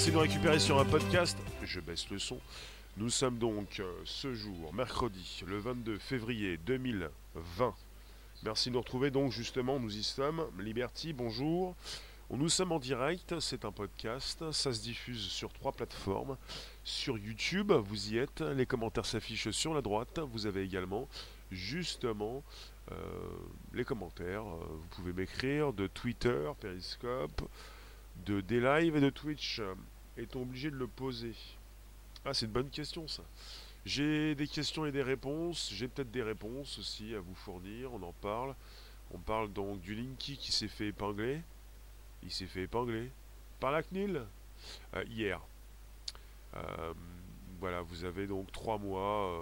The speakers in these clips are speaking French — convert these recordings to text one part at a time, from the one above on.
Merci de nous récupérer sur un podcast. Je baisse le son. Nous sommes donc ce jour, mercredi, le 22 février 2020. Merci de nous retrouver donc justement, nous y sommes. Liberty, bonjour. Nous sommes en direct, c'est un podcast, ça se diffuse sur 3 plateformes. Sur YouTube, vous y êtes, les commentaires s'affichent sur la droite. Vous avez également justement les commentaires. Vous pouvez m'écrire de Twitter, Periscope, de des lives et de Twitch. Est-on obligé de le poser? Ah, c'est une bonne question ça. J'ai des questions et des réponses. J'ai peut-être des réponses aussi à vous fournir. On en parle. On parle donc du Linky qui s'est fait épingler. Il s'est fait épingler par la CNIL hier. Euh, voilà, vous avez donc 3 mois.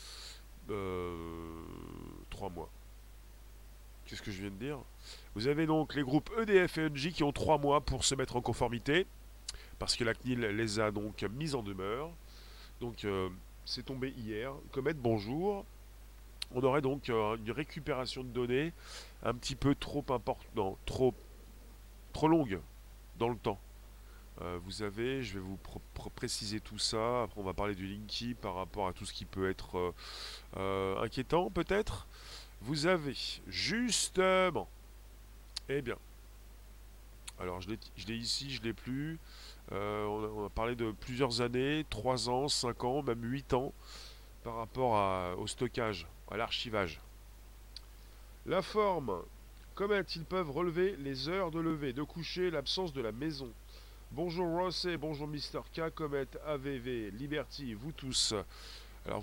3 mois. Qu'est-ce que je viens de dire? Vous avez donc les groupes EDF et ENGIE qui ont 3 mois pour se mettre en conformité. Parce que la CNIL les a donc mis en demeure. Donc c'est tombé hier. Comet, bonjour. On aurait donc une récupération de données un petit peu trop importante, trop longue dans le temps. Vous avez, je vais vous préciser tout ça. Après, on va parler du Linky par rapport à tout ce qui peut être inquiétant, peut-être. Vous avez justement, eh bien, alors je l'ai ici, je l'ai plus. On a parlé de plusieurs années, 3 ans, 5 ans, même 8 ans, par rapport au stockage, à l'archivage. La forme. Comment ils peuvent relever les heures de lever, de coucher, l'absence de la maison. Bonjour Rosset, bonjour Mister K, Comet, AVV, Liberty, vous tous. Alors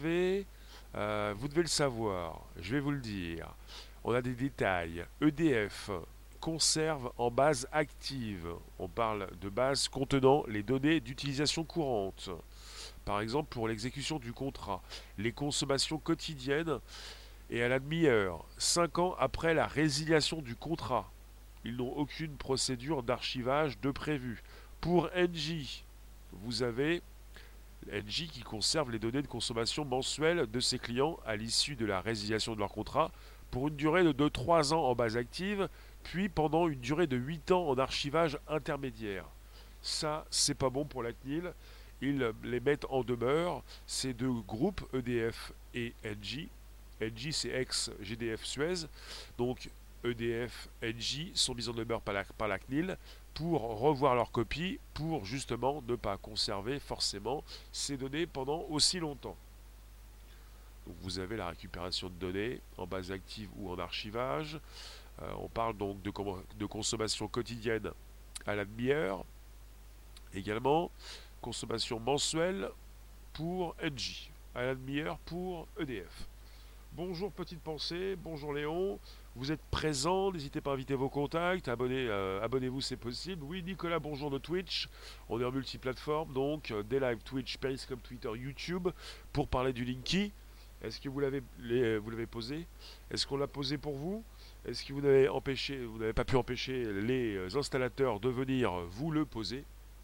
vous devez le savoir, je vais vous le dire. On a des détails. EDF conserve en base active. On parle de base contenant les données d'utilisation courante. Par exemple pour l'exécution du contrat, les consommations quotidiennes et à la demi-heure, 5 ans après la résiliation du contrat. Ils n'ont aucune procédure d'archivage de prévu. Pour Engie, vous avez Engie qui conserve les données de consommation mensuelle de ses clients à l'issue de la résiliation de leur contrat pour une durée de 3 ans en base active, puis pendant une durée de 8 ans en archivage intermédiaire. Ça, c'est pas bon pour la CNIL. Ils les mettent en demeure, ces deux groupes, EDF et Engie. Engie, c'est ex-GDF Suez. Donc, EDF, Engie sont mis en demeure par la CNIL pour revoir leur copie, pour justement ne pas conserver forcément ces données pendant aussi longtemps. Donc vous avez la récupération de données en base active ou en archivage. On parle donc de consommation quotidienne à la demi-heure. Également, consommation mensuelle pour Engie, à la demi-heure pour EDF. Bonjour Petite Pensée, bonjour Léon, vous êtes présent, n'hésitez pas à inviter vos contacts, abonnez-vous c'est possible. Oui Nicolas, bonjour de Twitch, on est en multiplateforme, donc des lives Twitch, Periscope, Twitter, YouTube, pour parler du Linky. Est-ce que vous l'avez posé? Est-ce qu'on l'a posé pour vous? Est-ce que vous n'avez pas pu empêcher les installateurs de venir vous le poser?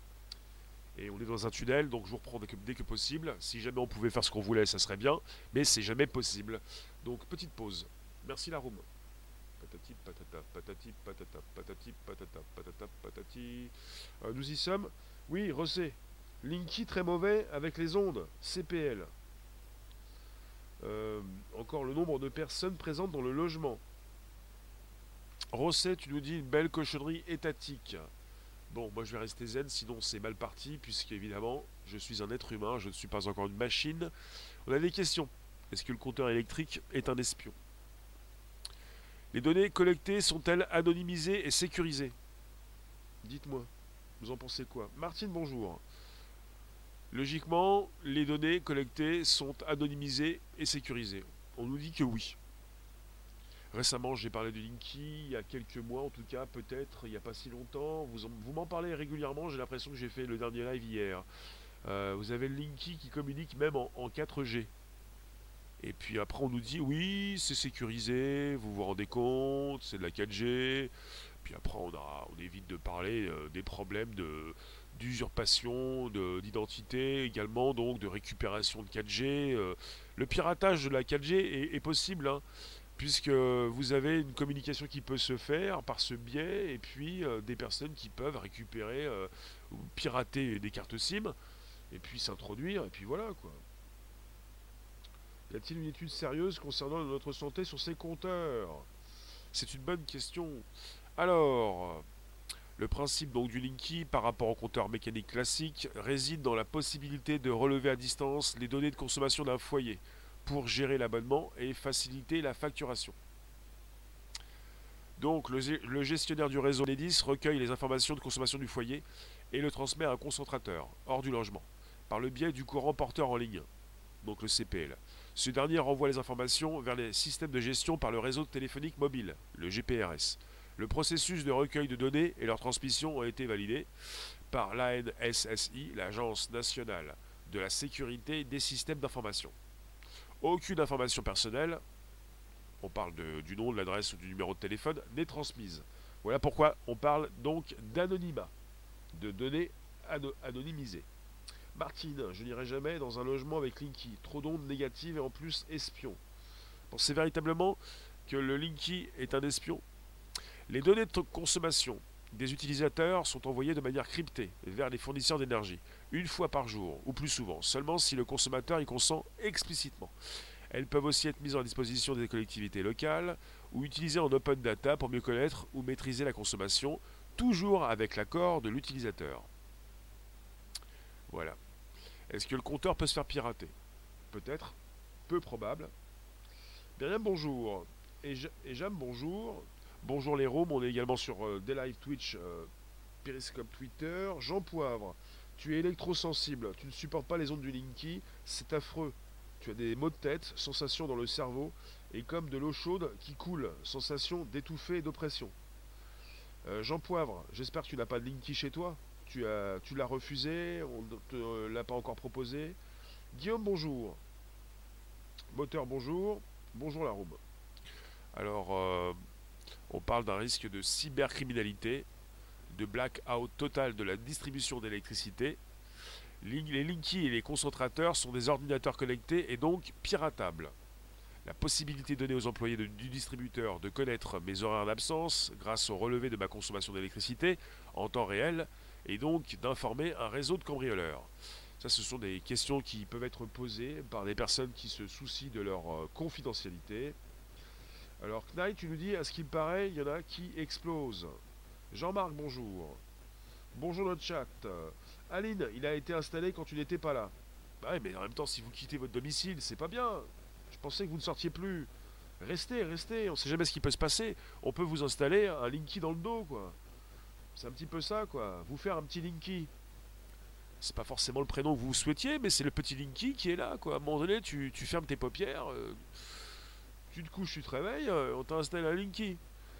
Et on est dans un tunnel, donc je vous reprends dès que possible. Si jamais on pouvait faire ce qu'on voulait, ça serait bien, mais c'est jamais possible. Donc petite pause. Merci la room. Patati patata patati patata patati patata patata patati. Nous y sommes. Oui, Rosset. Linky très mauvais avec les ondes. CPL. Encore le nombre de personnes présentes dans le logement. Rosset, tu nous dis une belle cochonnerie étatique. Bon, moi je vais rester zen, sinon c'est mal parti, puisque évidemment, je suis un être humain, je ne suis pas encore une machine. On a des questions. Est-ce que le compteur électrique est un espion? Les données collectées sont-elles anonymisées et sécurisées? Dites-moi, vous en pensez quoi? Martine, bonjour. Logiquement, les données collectées sont anonymisées et sécurisées. On nous dit que oui. Récemment, j'ai parlé du Linky, il y a quelques mois en tout cas, peut-être, il n'y a pas si longtemps. Vous m'en parlez régulièrement, j'ai l'impression que j'ai fait le dernier live hier. Vous avez le Linky qui communique même en 4G. Et puis après, on nous dit, oui, c'est sécurisé, vous vous rendez compte, c'est de la 4G. Puis après, on évite de parler des problèmes d'usurpation, d'identité, également donc de récupération de 4G. Le piratage de la 4G est possible, hein, puisque vous avez une communication qui peut se faire par ce biais, et puis des personnes qui peuvent récupérer ou pirater des cartes SIM, et puis s'introduire, et puis voilà quoi. Y a-t-il une étude sérieuse concernant notre santé sur ces compteurs? C'est une bonne question. Alors, le principe donc du Linky par rapport au compteur mécanique classique réside dans la possibilité de relever à distance les données de consommation d'un foyer pour gérer l'abonnement et faciliter la facturation. Donc le gestionnaire du réseau Enedis recueille les informations de consommation du foyer et le transmet à un concentrateur, hors du logement, par le biais du courant porteur en ligne, donc le CPL. Ce dernier renvoie les informations vers les systèmes de gestion par le réseau téléphonique mobile, le GPRS. Le processus de recueil de données et leur transmission ont été validés par l'ANSSI, l'Agence nationale de la sécurité des systèmes d'information. Aucune information personnelle, on parle du nom, de l'adresse ou du numéro de téléphone, n'est transmise. Voilà pourquoi on parle donc d'anonymat, de données anonymisées. Martine, je n'irai jamais dans un logement avec Linky. Trop d'ondes négatives et en plus espion. Pensez véritablement que le Linky est un espion? Les données de consommation des utilisateurs sont envoyées de manière cryptée vers les fournisseurs d'énergie, une fois par jour ou plus souvent, seulement si le consommateur y consent explicitement. Elles peuvent aussi être mises à disposition des collectivités locales ou utilisées en open data pour mieux connaître ou maîtriser la consommation, toujours avec l'accord de l'utilisateur. Voilà. Est-ce que le compteur peut se faire pirater? Peut-être, peu probable. Myriam, bonjour. Et Jam, bonjour. Bonjour les Roms, on est également sur des live Twitch, Periscope Twitter. Jean Poivre, tu es électrosensible, tu ne supportes pas les ondes du Linky, c'est affreux. Tu as des maux de tête, sensations dans le cerveau, et comme de l'eau chaude qui coule, sensation d'étouffer et d'oppression. Jean Poivre, j'espère que tu n'as pas de Linky chez toi. Tu l'as refusé, on ne te l'a pas encore proposé. Guillaume, bonjour. Moteur, bonjour. Bonjour la Rome. Alors, on parle d'un risque de cybercriminalité, de blackout total de la distribution d'électricité. Les Linky et les concentrateurs sont des ordinateurs connectés et donc piratables. La possibilité donnée aux employés du distributeur de connaître mes horaires d'absence grâce au relevé de ma consommation d'électricité en temps réel et donc d'informer un réseau de cambrioleurs. Ça, ce sont des questions qui peuvent être posées par des personnes qui se soucient de leur confidentialité. Alors, Knight, tu nous dis, à ce qu'il paraît, il y en a qui explosent. Jean-Marc, bonjour. Bonjour notre chat. Aline, il a été installé quand tu n'étais pas là. Bah ouais, mais en même temps, si vous quittez votre domicile, c'est pas bien. Je pensais que vous ne sortiez plus. Restez, restez, on sait jamais ce qui peut se passer. On peut vous installer un Linky dans le dos, quoi. C'est un petit peu ça, quoi. Vous faire un petit Linky. C'est pas forcément le prénom que vous souhaitiez, mais c'est le petit Linky qui est là, quoi. À un moment donné, tu fermes tes paupières, tu te couches, tu te réveilles, on t'a installé un Linky.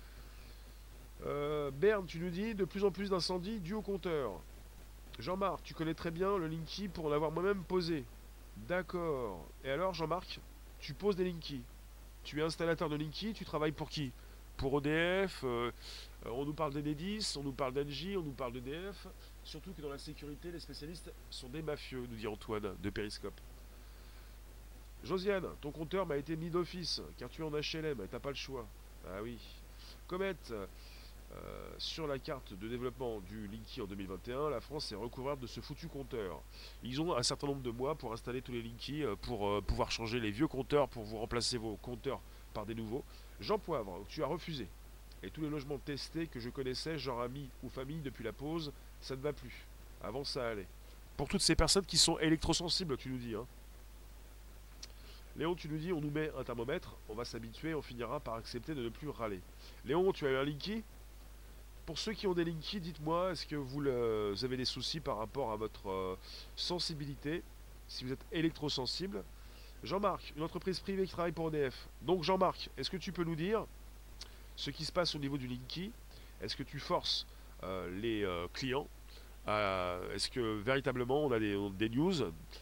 Berne, tu nous dis de plus en plus d'incendies dus au compteur. Jean-Marc, tu connais très bien le Linky pour l'avoir moi-même posé. D'accord. Et alors, Jean-Marc, tu poses des Linky. Tu es installateur de Linky, tu travailles pour qui? Pour EDF, on nous parle d'Enedis, on nous parle d'Engie, on nous parle d'EDF. Surtout que dans la sécurité, les spécialistes sont des mafieux, nous dit Antoine de Periscope. Josiane, ton compteur m'a été mis d'office, car tu es en HLM et t'as pas le choix. Ah oui. Comet, sur la carte de développement du Linky en 2021, la France est recouverte de ce foutu compteur. Ils ont un certain nombre de mois pour installer tous les Linky, pour pouvoir changer les vieux compteurs, pour vous remplacer vos compteurs par des nouveaux. Jean Poivre, tu as refusé. Et tous les logements testés que je connaissais, genre amis ou famille depuis la pause, ça ne va plus. Avant ça allait. Pour toutes ces personnes qui sont électrosensibles, tu nous dis, hein. Léon, tu nous dis, on nous met un thermomètre, on va s'habituer, on finira par accepter de ne plus râler. Léon, tu as eu un Linky? Pour ceux qui ont des Linky, dites-moi, est-ce que vous avez des soucis par rapport à votre sensibilité, si vous êtes électrosensible? Jean-Marc, une entreprise privée qui travaille pour EDF. Donc Jean-Marc, est-ce que tu peux nous dire ce qui se passe au niveau du Linky? Est-ce que tu forces les clients? Est-ce que véritablement on a des news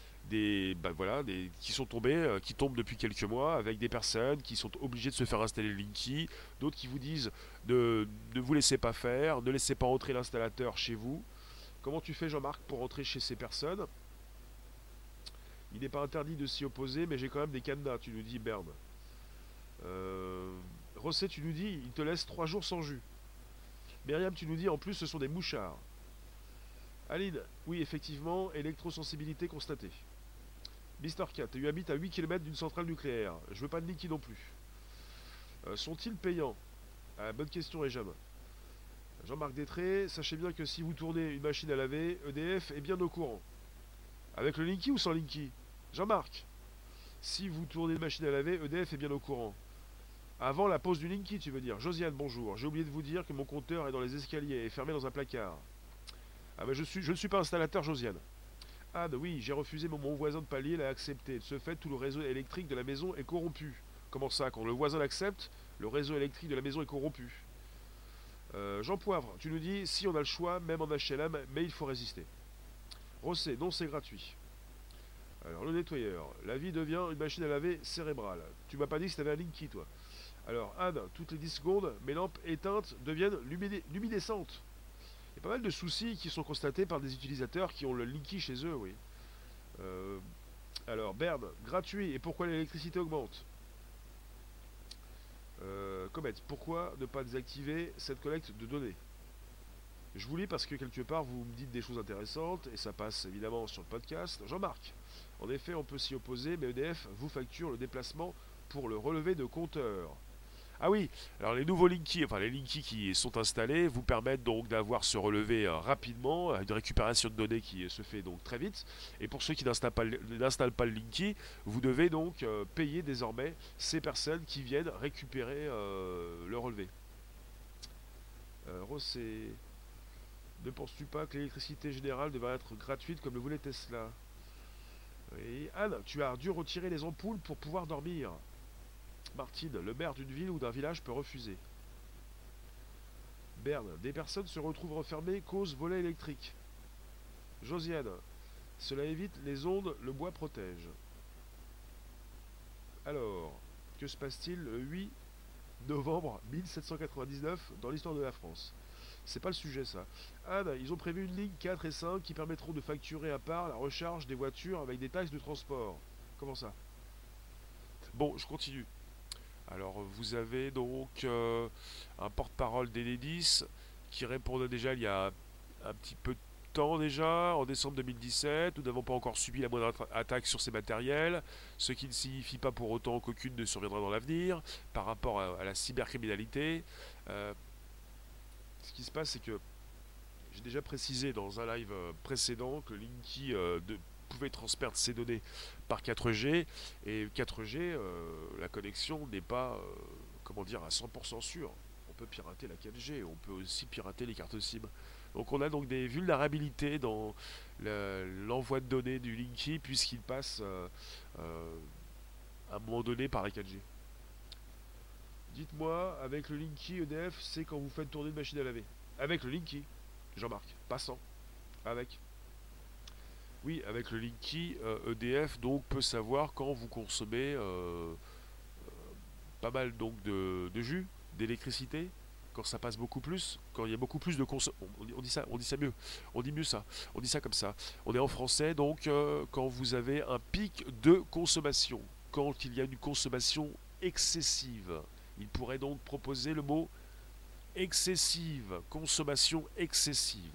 qui sont tombés, qui tombent depuis quelques mois, avec des personnes qui sont obligées de se faire installer le Linky, d'autres qui vous disent ne vous laissez pas faire, ne laissez pas entrer l'installateur chez vous. Comment tu fais, Jean-Marc, pour entrer chez ces personnes? Il n'est pas interdit de s'y opposer, mais j'ai quand même des cadenas, tu nous dis, Berne. Euh, Rosset, tu nous dis, il te laisse 3 jours sans jus. Myriam, tu nous dis, en plus, ce sont des mouchards. Aline, oui, effectivement, électrosensibilité constatée. Mister Cat, tu habites à 8 km d'une centrale nucléaire. Je veux pas de Niki non plus. Sont-ils payants? Ah, bonne question, Ejam. Jean-Marc Détré, sachez bien que si vous tournez une machine à laver, EDF est bien au courant. Avec le Linky ou sans Linky? Jean-Marc, si vous tournez une machine à laver, EDF est bien au courant. Avant la pause du Linky, tu veux dire. Josiane, bonjour. J'ai oublié de vous dire que mon compteur est dans les escaliers et fermé dans un placard. Ah ben je ne suis pas installateur, Josiane. Anne, oui, j'ai refusé, mais mon voisin de palier l'a accepté. De ce fait, tout le réseau électrique de la maison est corrompu. Comment ça? Quand le voisin l'accepte, le réseau électrique de la maison est corrompu. Jean Poivre, tu nous dis, si on a le choix, même en HLM, mais il faut résister. Rosset, non, c'est gratuit. Alors, le nettoyeur, la vie devient une machine à laver cérébrale. Tu m'as pas dit que t'avais un Linky, toi. Alors, Anne, toutes les 10 secondes, mes lampes éteintes deviennent luminescentes. Il y a pas mal de soucis qui sont constatés par des utilisateurs qui ont le Linky chez eux, oui. Euh, alors, Berne, gratuit, et pourquoi l'électricité augmente? Comet, pourquoi ne pas désactiver cette collecte de données? Je vous lis parce que quelque part vous me dites des choses intéressantes et ça passe évidemment sur le podcast. Jean-Marc, en effet on peut s'y opposer, mais EDF vous facture le déplacement pour le relevé de compteur. Ah oui, alors les nouveaux Linky, enfin les Linky qui sont installés vous permettent donc d'avoir ce relevé rapidement, une récupération de données qui se fait donc très vite. Et pour ceux qui n'installent pas le Linky, vous devez donc payer désormais ces personnes qui viennent récupérer le relevé. Rosset, ne penses-tu pas que l'électricité générale devrait être gratuite comme le voulait Tesla? Oui. Anne, tu as dû retirer les ampoules pour pouvoir dormir. Martine, le maire d'une ville ou d'un village peut refuser. Berne, des personnes se retrouvent renfermées cause volet électrique. Josiane, cela évite les ondes, le bois protège. Alors, que se passe-t-il le 8 novembre 1799 dans l'histoire de la France? C'est pas le sujet ça. Anne, ils ont prévu une ligne 4 et 5 qui permettront de facturer à part la recharge des voitures avec des taxes de transport. Comment ça? Bon, je continue. Alors, vous avez donc un porte-parole d'Enedis qui répondait déjà il y a un petit peu de temps déjà, en décembre 2017. Nous n'avons pas encore subi la moindre attaque sur ces matériels, ce qui ne signifie pas pour autant qu'aucune ne surviendra dans l'avenir par rapport à la cybercriminalité. Euh, Ce qui se passe, c'est que j'ai déjà précisé dans un live précédent que Linky pouvait transmettre ses données par 4G et 4G, la connexion n'est pas, comment dire, à 100% sûre. On peut pirater la 4G, on peut aussi pirater les cartes SIM. Donc on a donc des vulnérabilités dans l'envoi de données du Linky puisqu'il passe euh, à un moment donné par la 4G. Dites-moi, avec le Linky EDF, c'est quand vous faites tourner une machine à laver. Avec le Linky, Jean-Marc, passant. Avec. Oui, avec le Linky, EDF donc peut savoir quand vous consommez pas mal donc de jus, d'électricité, quand ça passe beaucoup plus, quand il y a beaucoup plus de consommation. On dit ça mieux. On dit mieux ça. On dit ça comme ça. On est en français, donc quand vous avez un pic de consommation, quand il y a une consommation excessive. Il pourrait donc proposer le mot excessive, consommation excessive.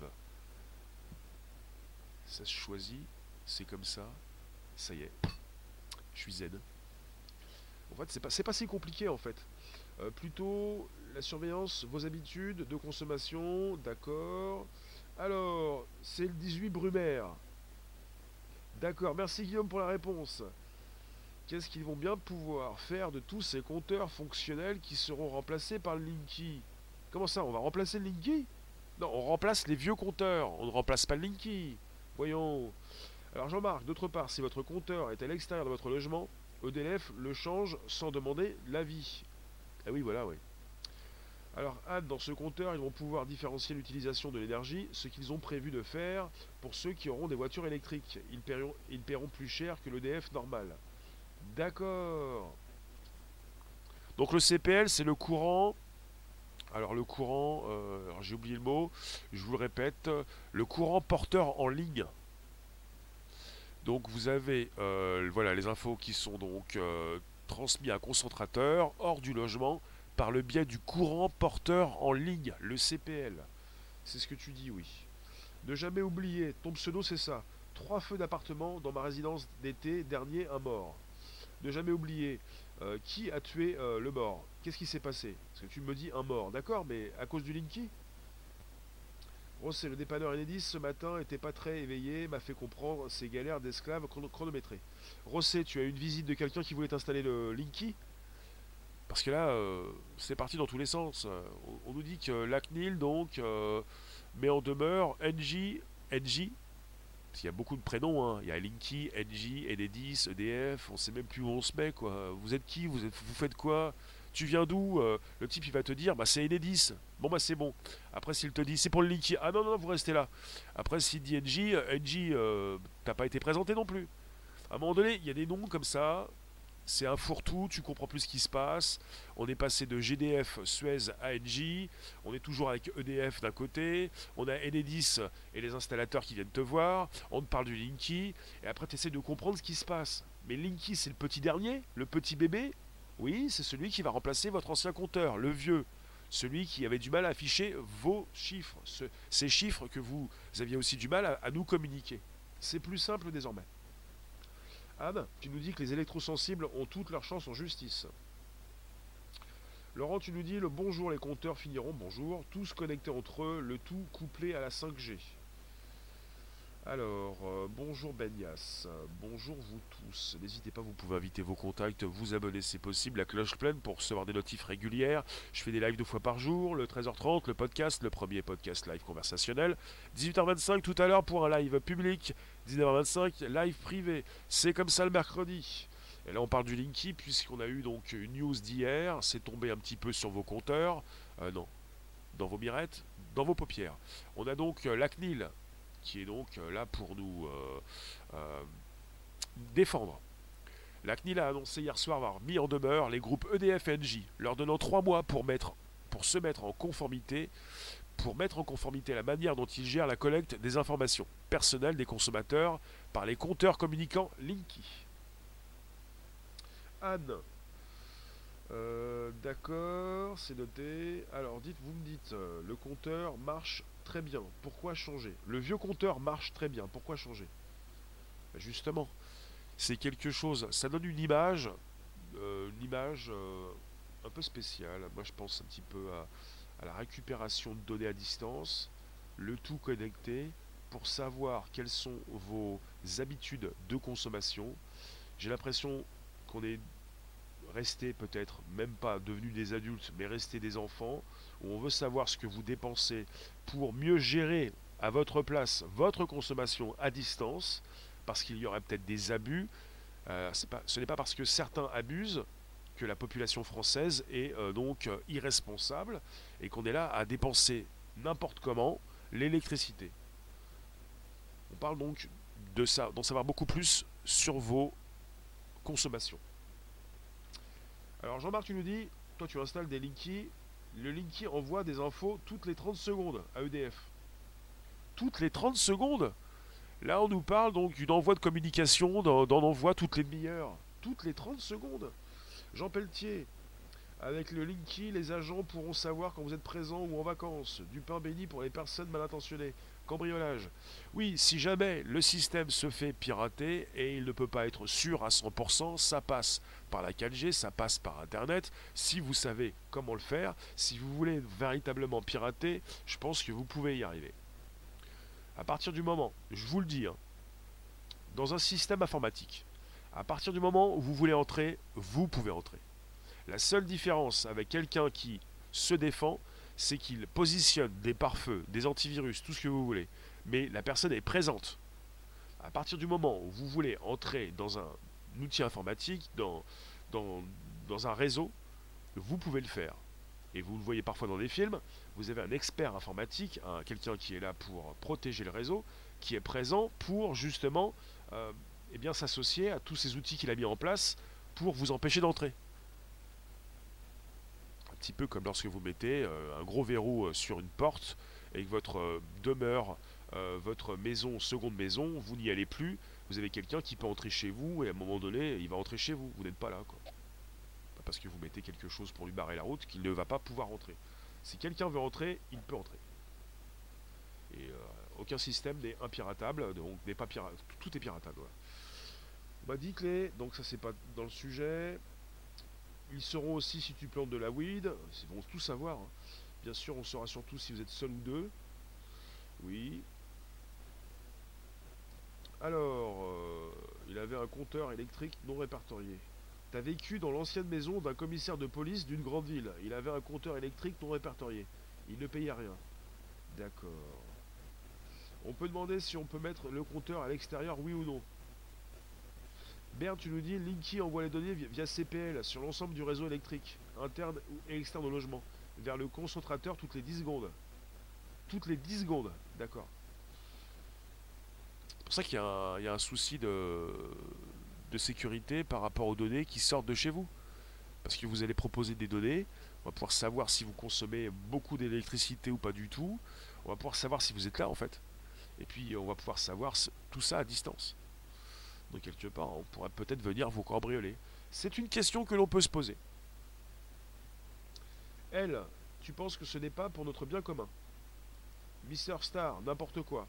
Ça se choisit, c'est comme ça y est, je suis zen. En fait, c'est pas si compliqué en fait. Plutôt la surveillance, vos habitudes de consommation, d'accord. Alors, c'est le 18 Brumaire. D'accord, merci Guillaume pour la réponse. Qu'est-ce qu'ils vont bien pouvoir faire de tous ces compteurs fonctionnels qui seront remplacés par le Linky? Comment ça, on va remplacer le Linky? Non, on remplace les vieux compteurs, on ne remplace pas le Linky. Voyons. Alors Jean-Marc, d'autre part, si votre compteur est à l'extérieur de votre logement, EDF le change sans demander l'avis. Ah oui, voilà, oui. Alors Anne, dans ce compteur, ils vont pouvoir différencier l'utilisation de l'énergie, ce qu'ils ont prévu de faire pour ceux qui auront des voitures électriques. Ils paieront plus cher que l'EDF normal. D'accord. Donc le CPL, c'est le courant. Alors le courant, alors j'ai oublié le mot, je vous le répète, le courant porteur en ligne. Donc vous avez voilà les infos qui sont donc transmis à un concentrateur hors du logement par le biais du courant porteur en ligne, le CPL. C'est ce que tu dis, oui. Ne jamais oublier, ton pseudo c'est ça. 3 feux d'appartement dans ma résidence d'été dernier, un mort. Ne jamais oublier, qui a tué le mort. Qu'est-ce qui s'est passé? Parce que tu me dis un mort, d'accord, mais à cause du Linky. C'est le dépanneur Enedis ce matin était pas très éveillé, m'a fait comprendre ses galères d'esclaves chronométrés. Rossé, tu as eu une visite de quelqu'un qui voulait t'installer le Linky? Parce que là, c'est parti dans tous les sens. On nous dit que la CNIL, donc, met en demeure NJ, parce qu'il y a beaucoup de prénoms, hein. Il y a Linky, NJ, Enedis, EDF, on sait même plus où on se met, quoi. Vous êtes qui? Vous faites quoi? Tu viens d'où? Le type il va te dire, bah c'est Enedis. Bon bah c'est bon. Après s'il te dit c'est pour le Linky, ah non non vous restez là. Après s'il dit NJ, t'as pas été présenté non plus. À un moment donné, il y a des noms comme ça, c'est un fourre-tout, tu comprends plus ce qui se passe. On est passé de GDF, Suez à Engie, on est toujours avec EDF d'un côté, on a Enedis et les installateurs qui viennent te voir, on te parle du Linky, et après tu essaies de comprendre ce qui se passe. Mais Linky, c'est le petit dernier, le petit bébé. Oui, c'est celui qui va remplacer votre ancien compteur, le vieux. Celui qui avait du mal à afficher vos chiffres, ces chiffres que vous aviez aussi du mal à nous communiquer. C'est plus simple désormais. Anne, tu nous dis que les électrosensibles ont toutes leurs chances en justice. Laurent, tu nous dis le bonjour, les compteurs finiront, bonjour, tous connectés entre eux, le tout couplé à la 5G. Alors, bonjour Benias, bonjour vous tous. N'hésitez pas, vous pouvez inviter vos contacts, vous abonner si possible, la cloche pleine pour recevoir des notifs régulières. Je fais des lives 2 fois par jour, le 13h30, le podcast, le premier podcast live conversationnel. 18h25 tout à l'heure pour un live public, 19h25 live privé. C'est comme ça le mercredi. Et là on parle du Linky puisqu'on a eu donc une news d'hier, c'est tombé un petit peu sur vos compteurs, non, dans vos mirettes, dans vos paupières. On a donc la CNIL qui est donc là pour nous défendre. La CNIL a annoncé hier soir avoir mis en demeure les groupes EDF et Engie, leur donnant 3 mois pour se mettre en conformité, la manière dont ils gèrent la collecte des informations personnelles des consommateurs par les compteurs communicants Linky. Anne, d'accord, c'est noté. Alors vous me dites, le compteur marche très bien. Pourquoi changer? Le vieux compteur marche très bien. Pourquoi changer? Justement, c'est quelque chose. Ça donne une image un peu spéciale. Moi, je pense un petit peu à la récupération de données à distance, le tout connecté, pour savoir quelles sont vos habitudes de consommation. J'ai l'impression qu'on est resté peut-être même pas devenus des adultes, mais restés des enfants, où on veut savoir ce que vous dépensez pour mieux gérer à votre place votre consommation à distance, parce qu'il y aurait peut-être des abus. Ce n'est pas parce que certains abusent que la population française est donc irresponsable et qu'on est là à dépenser n'importe comment l'électricité. On parle donc de ça, d'en savoir beaucoup plus sur vos consommations. Alors Jean-Marc, tu nous dis, toi tu installes des Linky, le Linky envoie des infos toutes les 30 secondes à EDF. Toutes les 30 secondes? Là on nous parle donc d'une envoi de communication, d'en envoi toutes les demi-heures. Toutes les 30 secondes. Jean Pelletier, avec le Linky, les agents pourront savoir quand vous êtes présent ou en vacances. Du pain béni pour les personnes mal intentionnées. Cambriolage. Oui, si jamais le système se fait pirater et il ne peut pas être sûr à 100%, ça passe par la 4G, ça passe par Internet. Si vous savez comment le faire, si vous voulez véritablement pirater, je pense que vous pouvez y arriver. À partir du moment, je vous le dis, hein, dans un système informatique, à partir du moment où vous voulez entrer, vous pouvez entrer. La seule différence avec quelqu'un qui se défend, c'est qu'il positionne des pare-feux, des antivirus, tout ce que vous voulez. Mais la personne est présente. À partir du moment où vous voulez entrer dans un outil informatique, dans un réseau, vous pouvez le faire. Et vous le voyez parfois dans des films, vous avez un expert informatique, quelqu'un qui est là pour protéger le réseau, qui est présent pour justement s'associer à tous ces outils qu'il a mis en place pour vous empêcher d'entrer. Un petit peu comme lorsque vous mettez un gros verrou sur une porte et que votre demeure, votre maison, seconde maison, vous n'y allez plus, vous avez quelqu'un qui peut entrer chez vous et à un moment donné, il va entrer chez vous, vous n'êtes pas là, quoi. parce que vous mettez quelque chose pour lui barrer la route, qu'il ne va pas pouvoir rentrer. Si quelqu'un veut entrer, il peut entrer. Et aucun système n'est impiratable, donc n'est pas tout est piratable. Voilà. On m'a dit que donc ça c'est pas dans le sujet. Ils sauront aussi si tu plantes de la weed, ils vont tout savoir. Hein. Bien sûr, on saura surtout si vous êtes seul ou deux. Oui. Alors, il avait un compteur électrique non répertorié. T'as vécu dans l'ancienne maison d'un commissaire de police d'une grande ville. Il avait un compteur électrique non répertorié. Il ne payait rien. D'accord. On peut demander si on peut mettre le compteur à l'extérieur, oui ou non. Berne, tu nous dis, Linky envoie les données via CPL sur l'ensemble du réseau électrique, interne et externe au logement, vers le concentrateur toutes les 10 secondes. Toutes les 10 secondes, d'accord. C'est pour ça qu'il y a un souci de sécurité par rapport aux données qui sortent de chez vous. Parce que vous allez proposer des données, on va pouvoir savoir si vous consommez beaucoup d'électricité ou pas du tout, on va pouvoir savoir si vous êtes là en fait. Et puis on va pouvoir savoir tout ça à distance. Donc quelque part, on pourrait peut-être venir vous cambrioler. C'est une question que l'on peut se poser. Elle, tu penses que ce n'est pas pour notre bien commun. Mister Star, n'importe quoi.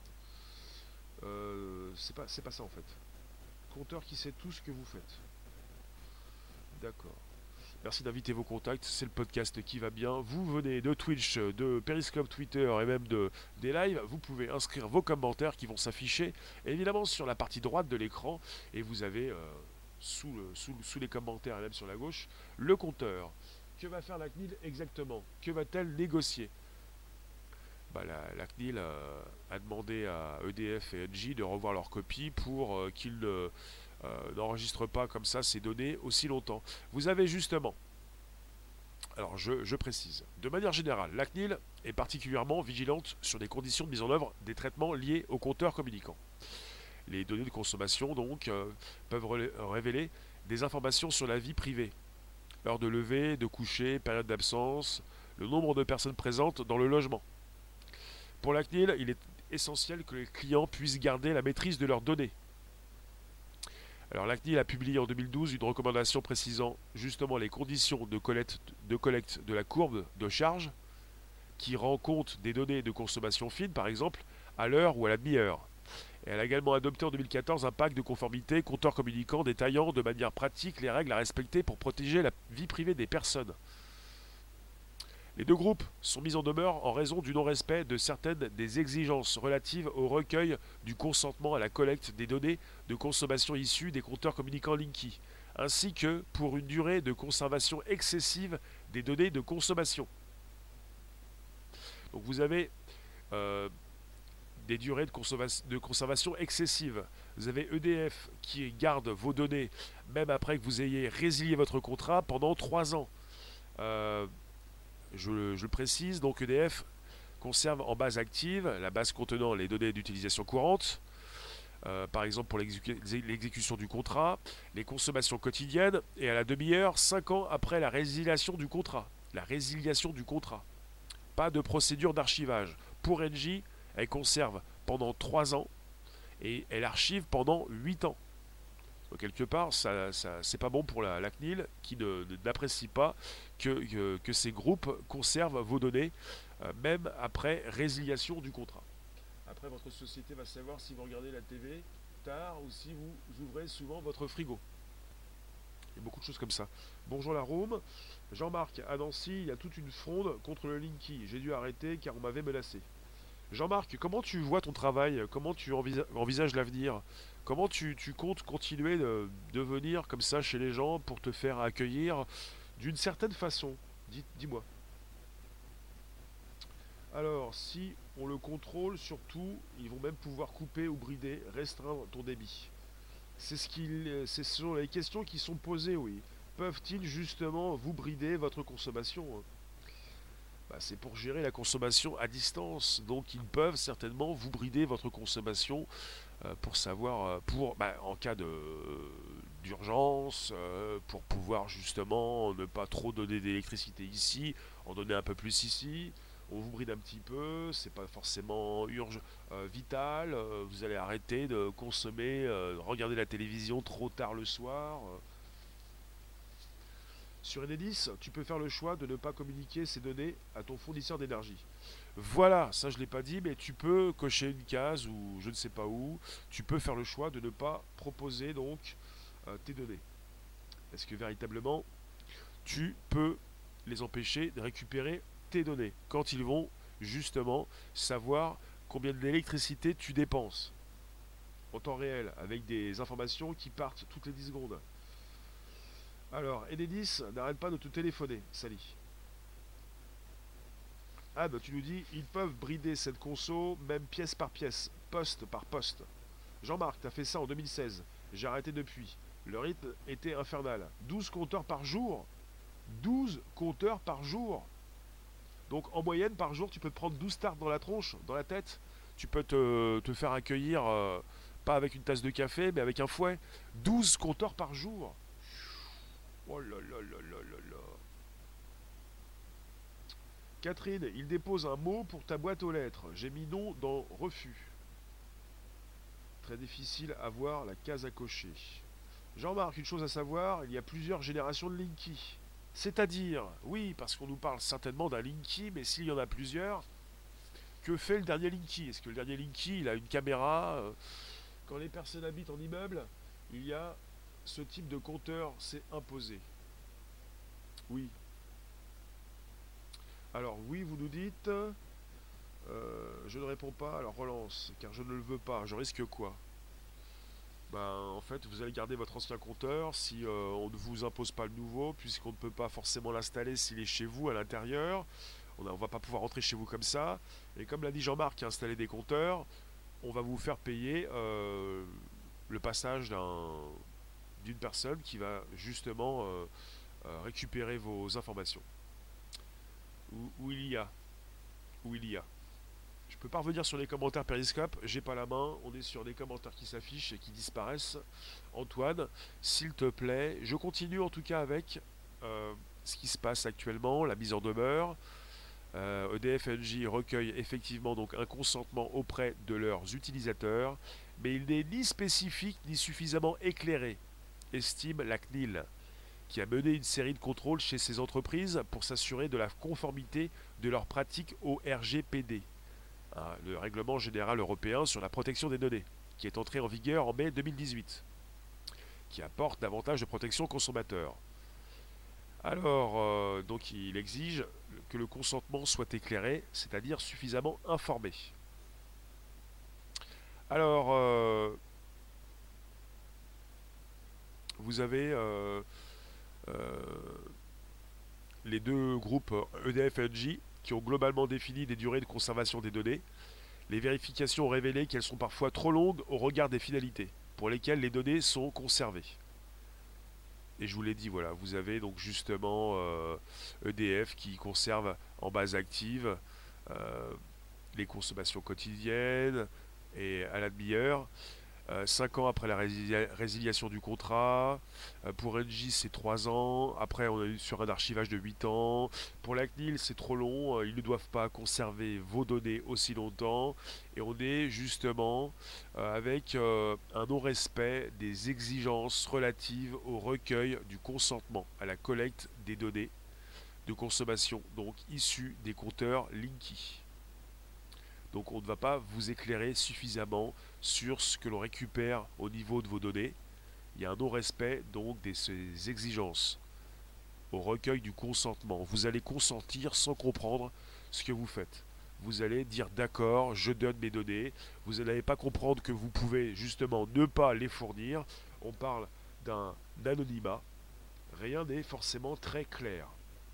C'est pas ça en fait. Compteur qui sait tout ce que vous faites. D'accord. Merci d'inviter vos contacts, c'est le podcast qui va bien. Vous venez de Twitch, de Periscope, Twitter et même des lives. Vous pouvez inscrire vos commentaires qui vont s'afficher évidemment sur la partie droite de l'écran. Et vous avez sous les commentaires et même sur la gauche le compteur. Que va faire la CNIL exactement? Que va-t-elle négocier? Bah, la CNIL a demandé à EDF et Engie de revoir leur copie pour qu'ils n'enregistrent pas comme ça ces données aussi longtemps. Vous avez justement, alors je précise, de manière générale, la CNIL est particulièrement vigilante sur les conditions de mise en œuvre des traitements liés aux compteurs communicants. Les données de consommation donc peuvent révéler des informations sur la vie privée, heure de lever, de coucher, période d'absence, le nombre de personnes présentes dans le logement. Pour la CNIL, il est essentiel que les clients puissent garder la maîtrise de leurs données. Alors la CNIL a publié en 2012 une recommandation précisant justement les conditions de collecte de la courbe de charge qui rend compte des données de consommation fine par exemple à l'heure ou à la demi-heure. Et elle a également adopté en 2014 un pacte de conformité compteur communicant détaillant de manière pratique les règles à respecter pour protéger la vie privée des personnes. Les deux groupes sont mis en demeure en raison du non-respect de certaines des exigences relatives au recueil du consentement à la collecte des données de consommation issues des compteurs communicants Linky, ainsi que pour une durée de conservation excessive des données de consommation. Donc vous avez des durées de conservation excessives. Vous avez EDF qui garde vos données même après que vous ayez résilié votre contrat pendant 3 ans. Je le précise, donc EDF conserve en base active la base contenant les données d'utilisation courante, par exemple pour l'exécution du contrat, les consommations quotidiennes, et à la demi-heure, 5 ans après la résiliation du contrat. La résiliation du contrat. Pas de procédure d'archivage. Pour Engie, elle conserve pendant 3 ans et elle archive pendant 8 ans. Donc quelque part, c'est pas bon pour la CNIL qui n'apprécie pas que ces groupes conservent vos données, même après résiliation du contrat. Après, votre société va savoir si vous regardez la TV tard ou si vous ouvrez souvent votre frigo. Il y a beaucoup de choses comme ça. Bonjour la Rome. Jean-Marc, à Nancy, il y a toute une fronde contre le Linky. J'ai dû arrêter car on m'avait menacé. Jean-Marc, comment tu vois ton travail? Comment tu envisages l'avenir? Comment tu comptes continuer de venir comme ça chez les gens pour te faire accueillir d'une certaine façon? Dis-moi. Alors, si on le contrôle, surtout, ils vont même pouvoir couper ou brider, restreindre ton débit. Ce sont les questions qui sont posées, oui. Peuvent-ils justement vous brider votre consommation? Bah, c'est pour gérer la consommation à distance. Donc ils peuvent certainement vous brider votre consommation pour savoir, en cas d'urgence, pour pouvoir justement ne pas trop donner d'électricité ici, en donner un peu plus ici. On vous bride un petit peu, c'est pas forcément vital. Vous allez arrêter de consommer, regarder la télévision trop tard le soir. Sur Enedis, tu peux faire le choix de ne pas communiquer ces données à ton fournisseur d'énergie. Voilà, ça je ne l'ai pas dit, mais tu peux cocher une case ou je ne sais pas où. Tu peux faire le choix de ne pas proposer donc tes données. Parce que véritablement, tu peux les empêcher de récupérer tes données quand ils vont justement savoir combien d'électricité tu dépenses en temps réel avec des informations qui partent toutes les 10 secondes. Alors, Enedis n'arrête pas de te téléphoner, Sally. Ah bah tu nous dis, ils peuvent brider cette conso même pièce par pièce, poste par poste. Jean-Marc, t'as fait ça en 2016. J'ai arrêté depuis. Le rythme était infernal. 12 compteurs par jour. 12 compteurs par jour. Donc en moyenne par jour, tu peux te prendre 12 tartes dans la tronche, dans la tête. Tu peux te faire accueillir, pas avec une tasse de café, mais avec un fouet. 12 compteurs par jour. Oh là là là là là là. Catherine, il dépose un mot pour ta boîte aux lettres. J'ai mis non dans refus. Très difficile à voir la case à cocher. Jean-Marc, une chose à savoir, il y a plusieurs générations de Linky. C'est-à-dire, oui, parce qu'on nous parle certainement d'un Linky, mais s'il y en a plusieurs, que fait le dernier Linky? Est-ce que le dernier Linky, il a une caméra Quand les personnes habitent en immeuble, il y a ce type de compteur, c'est imposé. Oui. Alors oui, vous nous dites, je ne réponds pas, alors relance, car je ne le veux pas. Je risque quoi? Ben, en fait, vous allez garder votre ancien compteur si on ne vous impose pas le nouveau, puisqu'on ne peut pas forcément l'installer s'il est chez vous à l'intérieur. On ne va pas pouvoir rentrer chez vous comme ça. Et comme l'a dit Jean-Marc qui a installé des compteurs, on va vous faire payer le passage d'une personne qui va justement récupérer vos informations. Où il y a. Où il y a. Je peux pas revenir sur les commentaires Periscope, j'ai pas la main, on est sur des commentaires qui s'affichent et qui disparaissent. Antoine, s'il te plaît, je continue en tout cas avec ce qui se passe actuellement, la mise en demeure. EDF Engie recueille effectivement donc un consentement auprès de leurs utilisateurs, mais il n'est ni spécifique ni suffisamment éclairé, estime la CNIL, qui a mené une série de contrôles chez ces entreprises pour s'assurer de la conformité de leurs pratiques au RGPD, le règlement général européen sur la protection des données, qui est entré en vigueur en mai 2018, qui apporte davantage de protection aux consommateurs. Alors, donc il exige que le consentement soit éclairé, c'est-à-dire suffisamment informé. Alors, vous avez euh, les deux groupes EDF et Engie qui ont globalement défini des durées de conservation des données. Les vérifications ont révélé qu'elles sont parfois trop longues au regard des finalités pour lesquelles les données sont conservées. Et je vous l'ai dit, voilà, vous avez donc justement EDF qui conserve en base active les consommations quotidiennes et à la demi-heure. 5 ans après la résiliation du contrat. Pour Engie, c'est 3 ans. Après, on est sur un archivage de 8 ans. Pour la CNIL, c'est trop long. Ils ne doivent pas conserver vos données aussi longtemps. Et on est justement avec un non-respect des exigences relatives au recueil du consentement à la collecte des données de consommation, donc issues des compteurs Linky. Donc on ne va pas vous éclairer suffisamment sur ce que l'on récupère au niveau de vos données. Il y a un non-respect donc de ces exigences au recueil du consentement. Vous allez consentir sans comprendre ce que vous faites. Vous allez dire d'accord, je donne mes données. Vous n'allez pas comprendre que vous pouvez justement ne pas les fournir. On parle d'un anonymat. Rien n'est forcément très clair.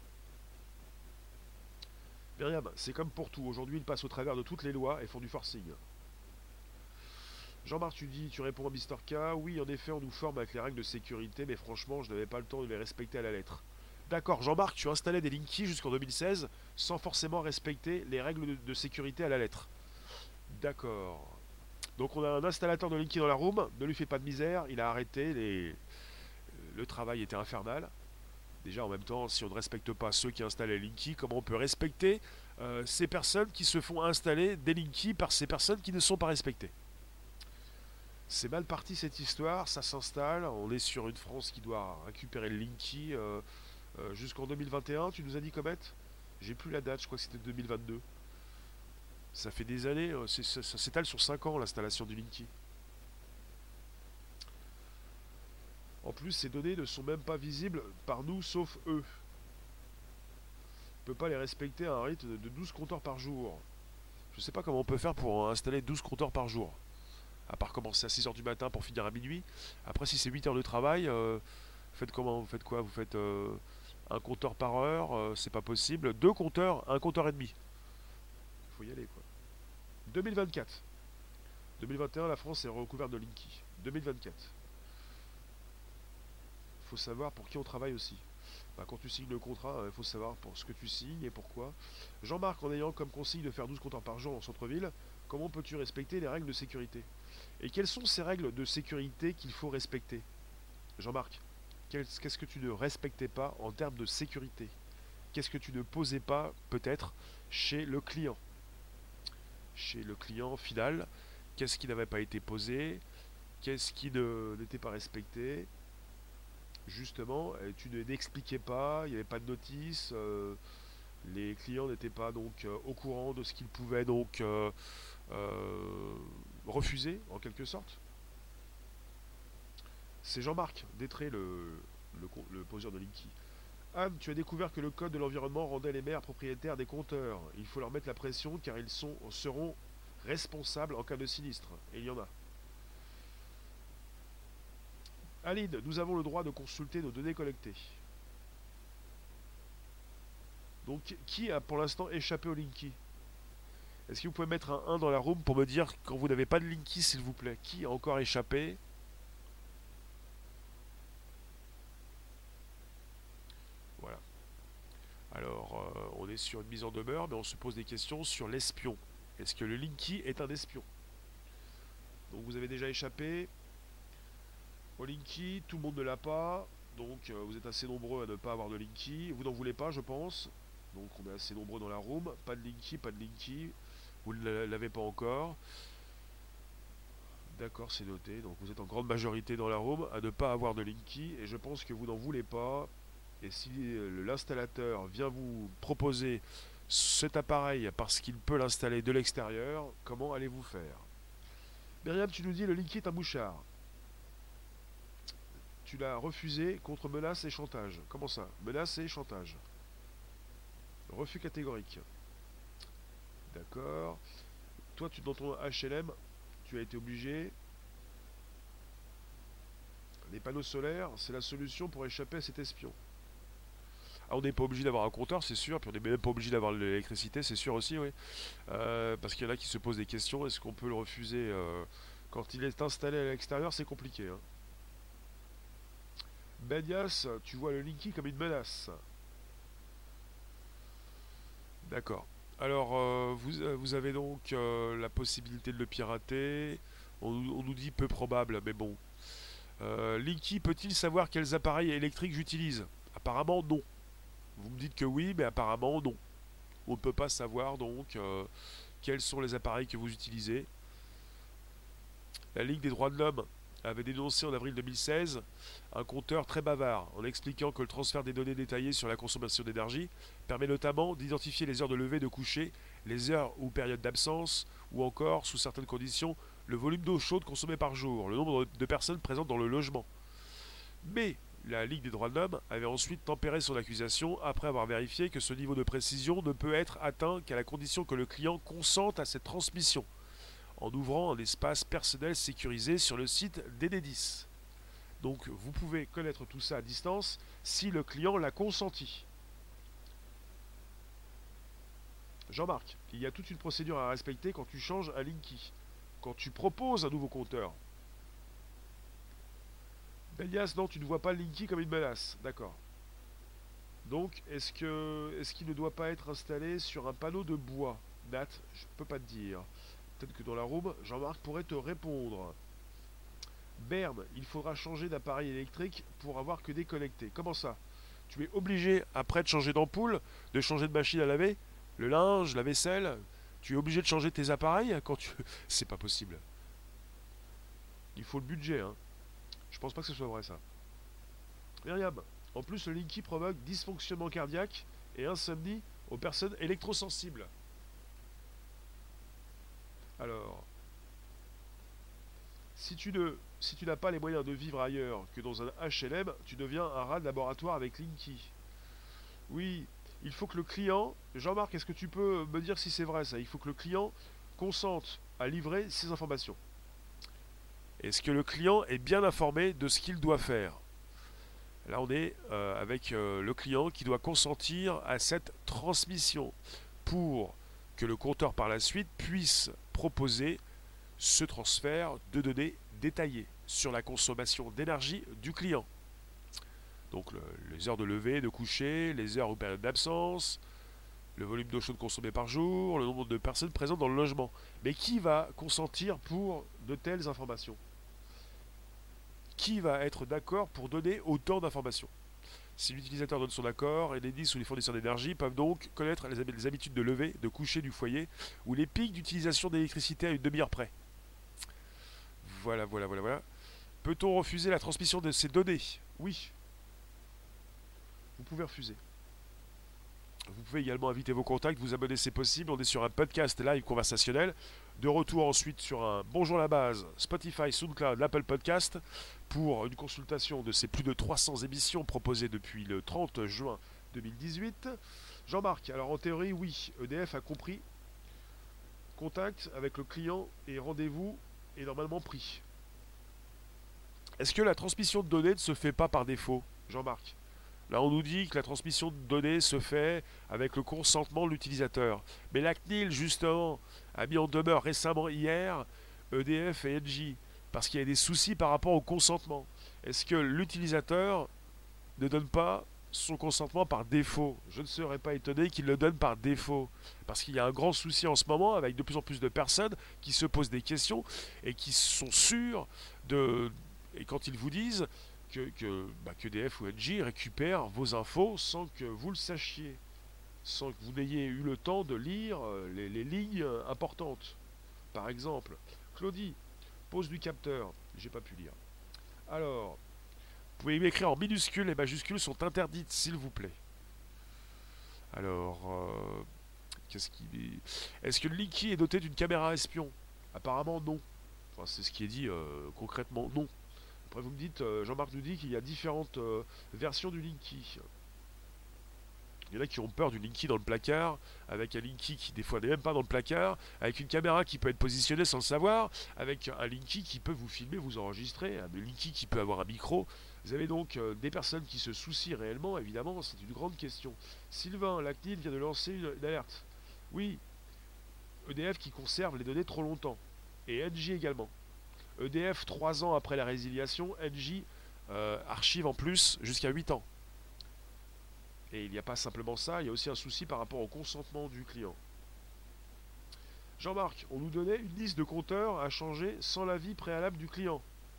Myriam, c'est comme pour tout. Aujourd'hui, ils passent au travers de toutes les lois et font du forcing. Jean-Marc, tu réponds à Mister K. Oui, en effet, on nous forme avec les règles de sécurité, mais franchement, je n'avais pas le temps de les respecter à la lettre. D'accord, Jean-Marc, tu installais des Linky jusqu'en 2016 sans forcément respecter les règles de sécurité à la lettre. D'accord. Donc on a un installateur de Linky dans la room, ne lui fait pas de misère, il a arrêté, le travail était infernal. Déjà, en même temps, si on ne respecte pas ceux qui installent les Linky, comment on peut respecter ces personnes qui se font installer des Linky par ces personnes qui ne sont pas respectées? C'est mal parti cette histoire, ça s'installe, on est sur une France qui doit récupérer le Linky. Jusqu'en 2021, tu nous as dit Comet? J'ai plus la date, je crois que c'était 2022. Ça fait des années, ça s'étale sur 5 ans l'installation du Linky. En plus, ces données ne sont même pas visibles par nous sauf eux. On ne peut pas les respecter à un rythme de 12 compteurs par jour. Je sais pas comment on peut faire pour installer 12 compteurs par jour. À part commencer à 6 heures du matin pour finir à minuit. Après, si c'est 8 heures de travail, vous faites comment? Vous faites quoi? Vous faites un compteur par heure, c'est pas possible. Deux compteurs, un compteur et demi. Il faut y aller quoi. 2024. 2021, la France est recouverte de Linky. 2024. Il faut savoir pour qui on travaille aussi. Bah, quand tu signes le contrat, il faut savoir pour ce que tu signes et pourquoi. Jean-Marc, en ayant comme consigne de faire 12 compteurs par jour en centre-ville, comment peux-tu respecter les règles de sécurité? Et quelles sont ces règles de sécurité qu'il faut respecter? Jean-Marc, qu'est-ce que tu ne respectais pas en termes de sécurité? Qu'est-ce que tu ne posais pas, peut-être, chez le client? Chez le client final, qu'est-ce qui n'avait pas été posé? Qu'est-ce qui n'était pas respecté? Justement, tu n'expliquais pas, il n'y avait pas de notice, les clients n'étaient pas donc au courant de ce qu'ils pouvaient donc euh, refuser en quelque sorte. C'est Jean-Marc Détré, le poseur de Linky. Anne, tu as découvert que le code de l'environnement rendait les maires propriétaires des compteurs. Il faut leur mettre la pression car seront responsables en cas de sinistre. Et il y en a. Aline, nous avons le droit de consulter nos données collectées. Donc, qui a pour l'instant échappé au Linky? Est-ce que vous pouvez mettre un 1 dans la room pour me dire quand vous n'avez pas de Linky, s'il vous plaît? Qui a encore échappé? Voilà. Alors, on est sur une mise en demeure, mais on se pose des questions sur l'espion. Est-ce que le Linky est un espion? Donc, vous avez déjà échappé au Linky, tout le monde ne l'a pas. Donc, vous êtes assez nombreux à ne pas avoir de Linky. Vous n'en voulez pas, je pense. Donc, on est assez nombreux dans la room. Pas de Linky, pas de Linky. Vous ne l'avez pas encore. D'accord, c'est noté. Donc vous êtes en grande majorité dans la room à ne pas avoir de Linky et je pense que vous n'en voulez pas. Et si l'installateur vient vous proposer cet appareil parce qu'il peut l'installer de l'extérieur, comment allez-vous faire? Myriam, tu nous dis le Linky est un mouchard. Tu l'as refusé contre menace et chantage. Comment ça? Menace et chantage. Refus catégorique. D'accord. Toi, dans ton HLM, tu as été obligé. Les panneaux solaires, c'est la solution pour échapper à cet espion. Ah, on n'est pas obligé d'avoir un compteur, c'est sûr, puis on n'est même pas obligé d'avoir de l'électricité, c'est sûr aussi, oui. Parce qu'il y en a qui se posent des questions, est-ce qu'on peut le refuser quand il est installé à l'extérieur, c'est compliqué. Hein. Benias, tu vois le Linky comme une menace. D'accord. Alors, vous avez donc la possibilité de le pirater. On nous dit peu probable, mais bon. Linky peut-il savoir quels appareils électriques j'utilise? Apparemment non. Vous me dites que oui, mais apparemment non. On ne peut pas savoir donc quels sont les appareils que vous utilisez. La Ligue des droits de l'homme avait dénoncé en avril 2016 un compteur très bavard en expliquant que le transfert des données détaillées sur la consommation d'énergie permet notamment d'identifier les heures de lever et de coucher, les heures ou périodes d'absence, ou encore, sous certaines conditions, le volume d'eau chaude consommé par jour, le nombre de personnes présentes dans le logement. Mais la Ligue des droits de l'homme avait ensuite tempéré son accusation après avoir vérifié que ce niveau de précision ne peut être atteint qu'à la condition que le client consente à cette transmission, en ouvrant un espace personnel sécurisé sur le site d'Enedis. Donc vous pouvez connaître tout ça à distance si le client l'a consenti. Jean-Marc, il y a toute une procédure à respecter quand tu changes un Linky, quand tu proposes un nouveau compteur. Belias, non, tu ne vois pas le Linky comme une menace. D'accord. Donc, est-ce qu'il ne doit pas être installé sur un panneau de bois? Nat, je peux pas te dire. Peut-être que dans la room, Jean-Marc pourrait te répondre. Berne, il faudra changer d'appareil électrique pour avoir que déconnecté. Comment ça? Tu es obligé, après de changer d'ampoule, de changer de machine à laver, le linge, la vaisselle. Tu es obligé de changer tes appareils quand tu... C'est pas possible. Il faut le budget, hein. Je pense pas que ce soit vrai, ça. Myriam, En plus, le Linky provoque dysfonctionnement cardiaque et insomnie aux personnes électrosensibles. Alors, si tu n'as pas les moyens de vivre ailleurs que dans un HLM, tu deviens un rat de laboratoire avec Linky. Oui, il faut que le client... Jean-Marc, est-ce que tu peux me dire si c'est vrai ça? Il faut que le client consente à livrer ses informations. Est-ce que le client est bien informé de ce qu'il doit faire? Là, on est avec le client qui doit consentir à cette transmission pour que le compteur par la suite puisse proposer ce transfert de données détaillées sur la consommation d'énergie du client. Donc les heures de lever, de coucher, les heures ou périodes d'absence, le volume d'eau chaude consommé par jour, le nombre de personnes présentes dans le logement. Mais qui va consentir pour de telles informations? Qui va être d'accord pour donner autant d'informations? Si l'utilisateur donne son accord, Enedis ou les fournisseurs d'énergie peuvent donc connaître les habitudes de lever, de coucher du foyer ou les pics d'utilisation d'électricité à une demi-heure près. Voilà. Peut-on refuser la transmission de ces données? Oui, vous pouvez refuser. Vous pouvez également inviter vos contacts, vous abonner, c'est possible. On est sur un podcast live conversationnel. De retour ensuite sur un Bonjour la base, Spotify, SoundCloud, l'Apple Podcast pour une consultation de ces plus de 300 émissions proposées depuis le 30 juin 2018. Jean-Marc, alors en théorie, oui, EDF a compris. Contact avec le client et rendez-vous est normalement pris. Est-ce que la transmission de données ne se fait pas par défaut, Jean-Marc? Là, on nous dit que la transmission de données se fait avec le consentement de l'utilisateur. Mais la CNIL, justement, a mis en demeure récemment hier EDF et Engie, parce qu'il y a des soucis par rapport au consentement. Est-ce que l'utilisateur ne donne pas son consentement par défaut? Je ne serais pas étonné qu'il le donne par défaut, parce qu'il y a un grand souci en ce moment avec de plus en plus de personnes qui se posent des questions et qui sont sûres de... Et quand ils vous disent que EDF ou Engie récupèrent vos infos sans que vous le sachiez, sans que vous n'ayez eu le temps de lire les lignes importantes. Par exemple, Claudie, pose du capteur. J'ai pas pu lire. Alors, vous pouvez m'écrire en minuscules, les majuscules sont interdites, s'il vous plaît. Alors, qu'est-ce qui est... Est-ce que le Linky est doté d'une caméra espion? Apparemment non. Enfin, c'est ce qui est dit concrètement non. Après, vous me dites, Jean-Marc nous dit qu'il y a différentes versions du Linky. Il y en a qui ont peur du Linky dans le placard, avec un Linky qui des fois n'est même pas dans le placard, avec une caméra qui peut être positionnée sans le savoir, avec un Linky qui peut vous filmer, vous enregistrer, un Linky qui peut avoir un micro. Vous avez donc des personnes qui se soucient réellement, évidemment, c'est une grande question. Sylvain, la CNIL vient de lancer une alerte. Oui, EDF qui conserve les données trop longtemps. Et Engie également. EDF, 3 ans après la résiliation, Engie archive en plus jusqu'à 8 ans. Et il n'y a pas simplement ça, il y a aussi un souci par rapport au consentement du client. Jean-Marc, on nous donnait une liste de compteurs à changer sans l'avis préalable du client.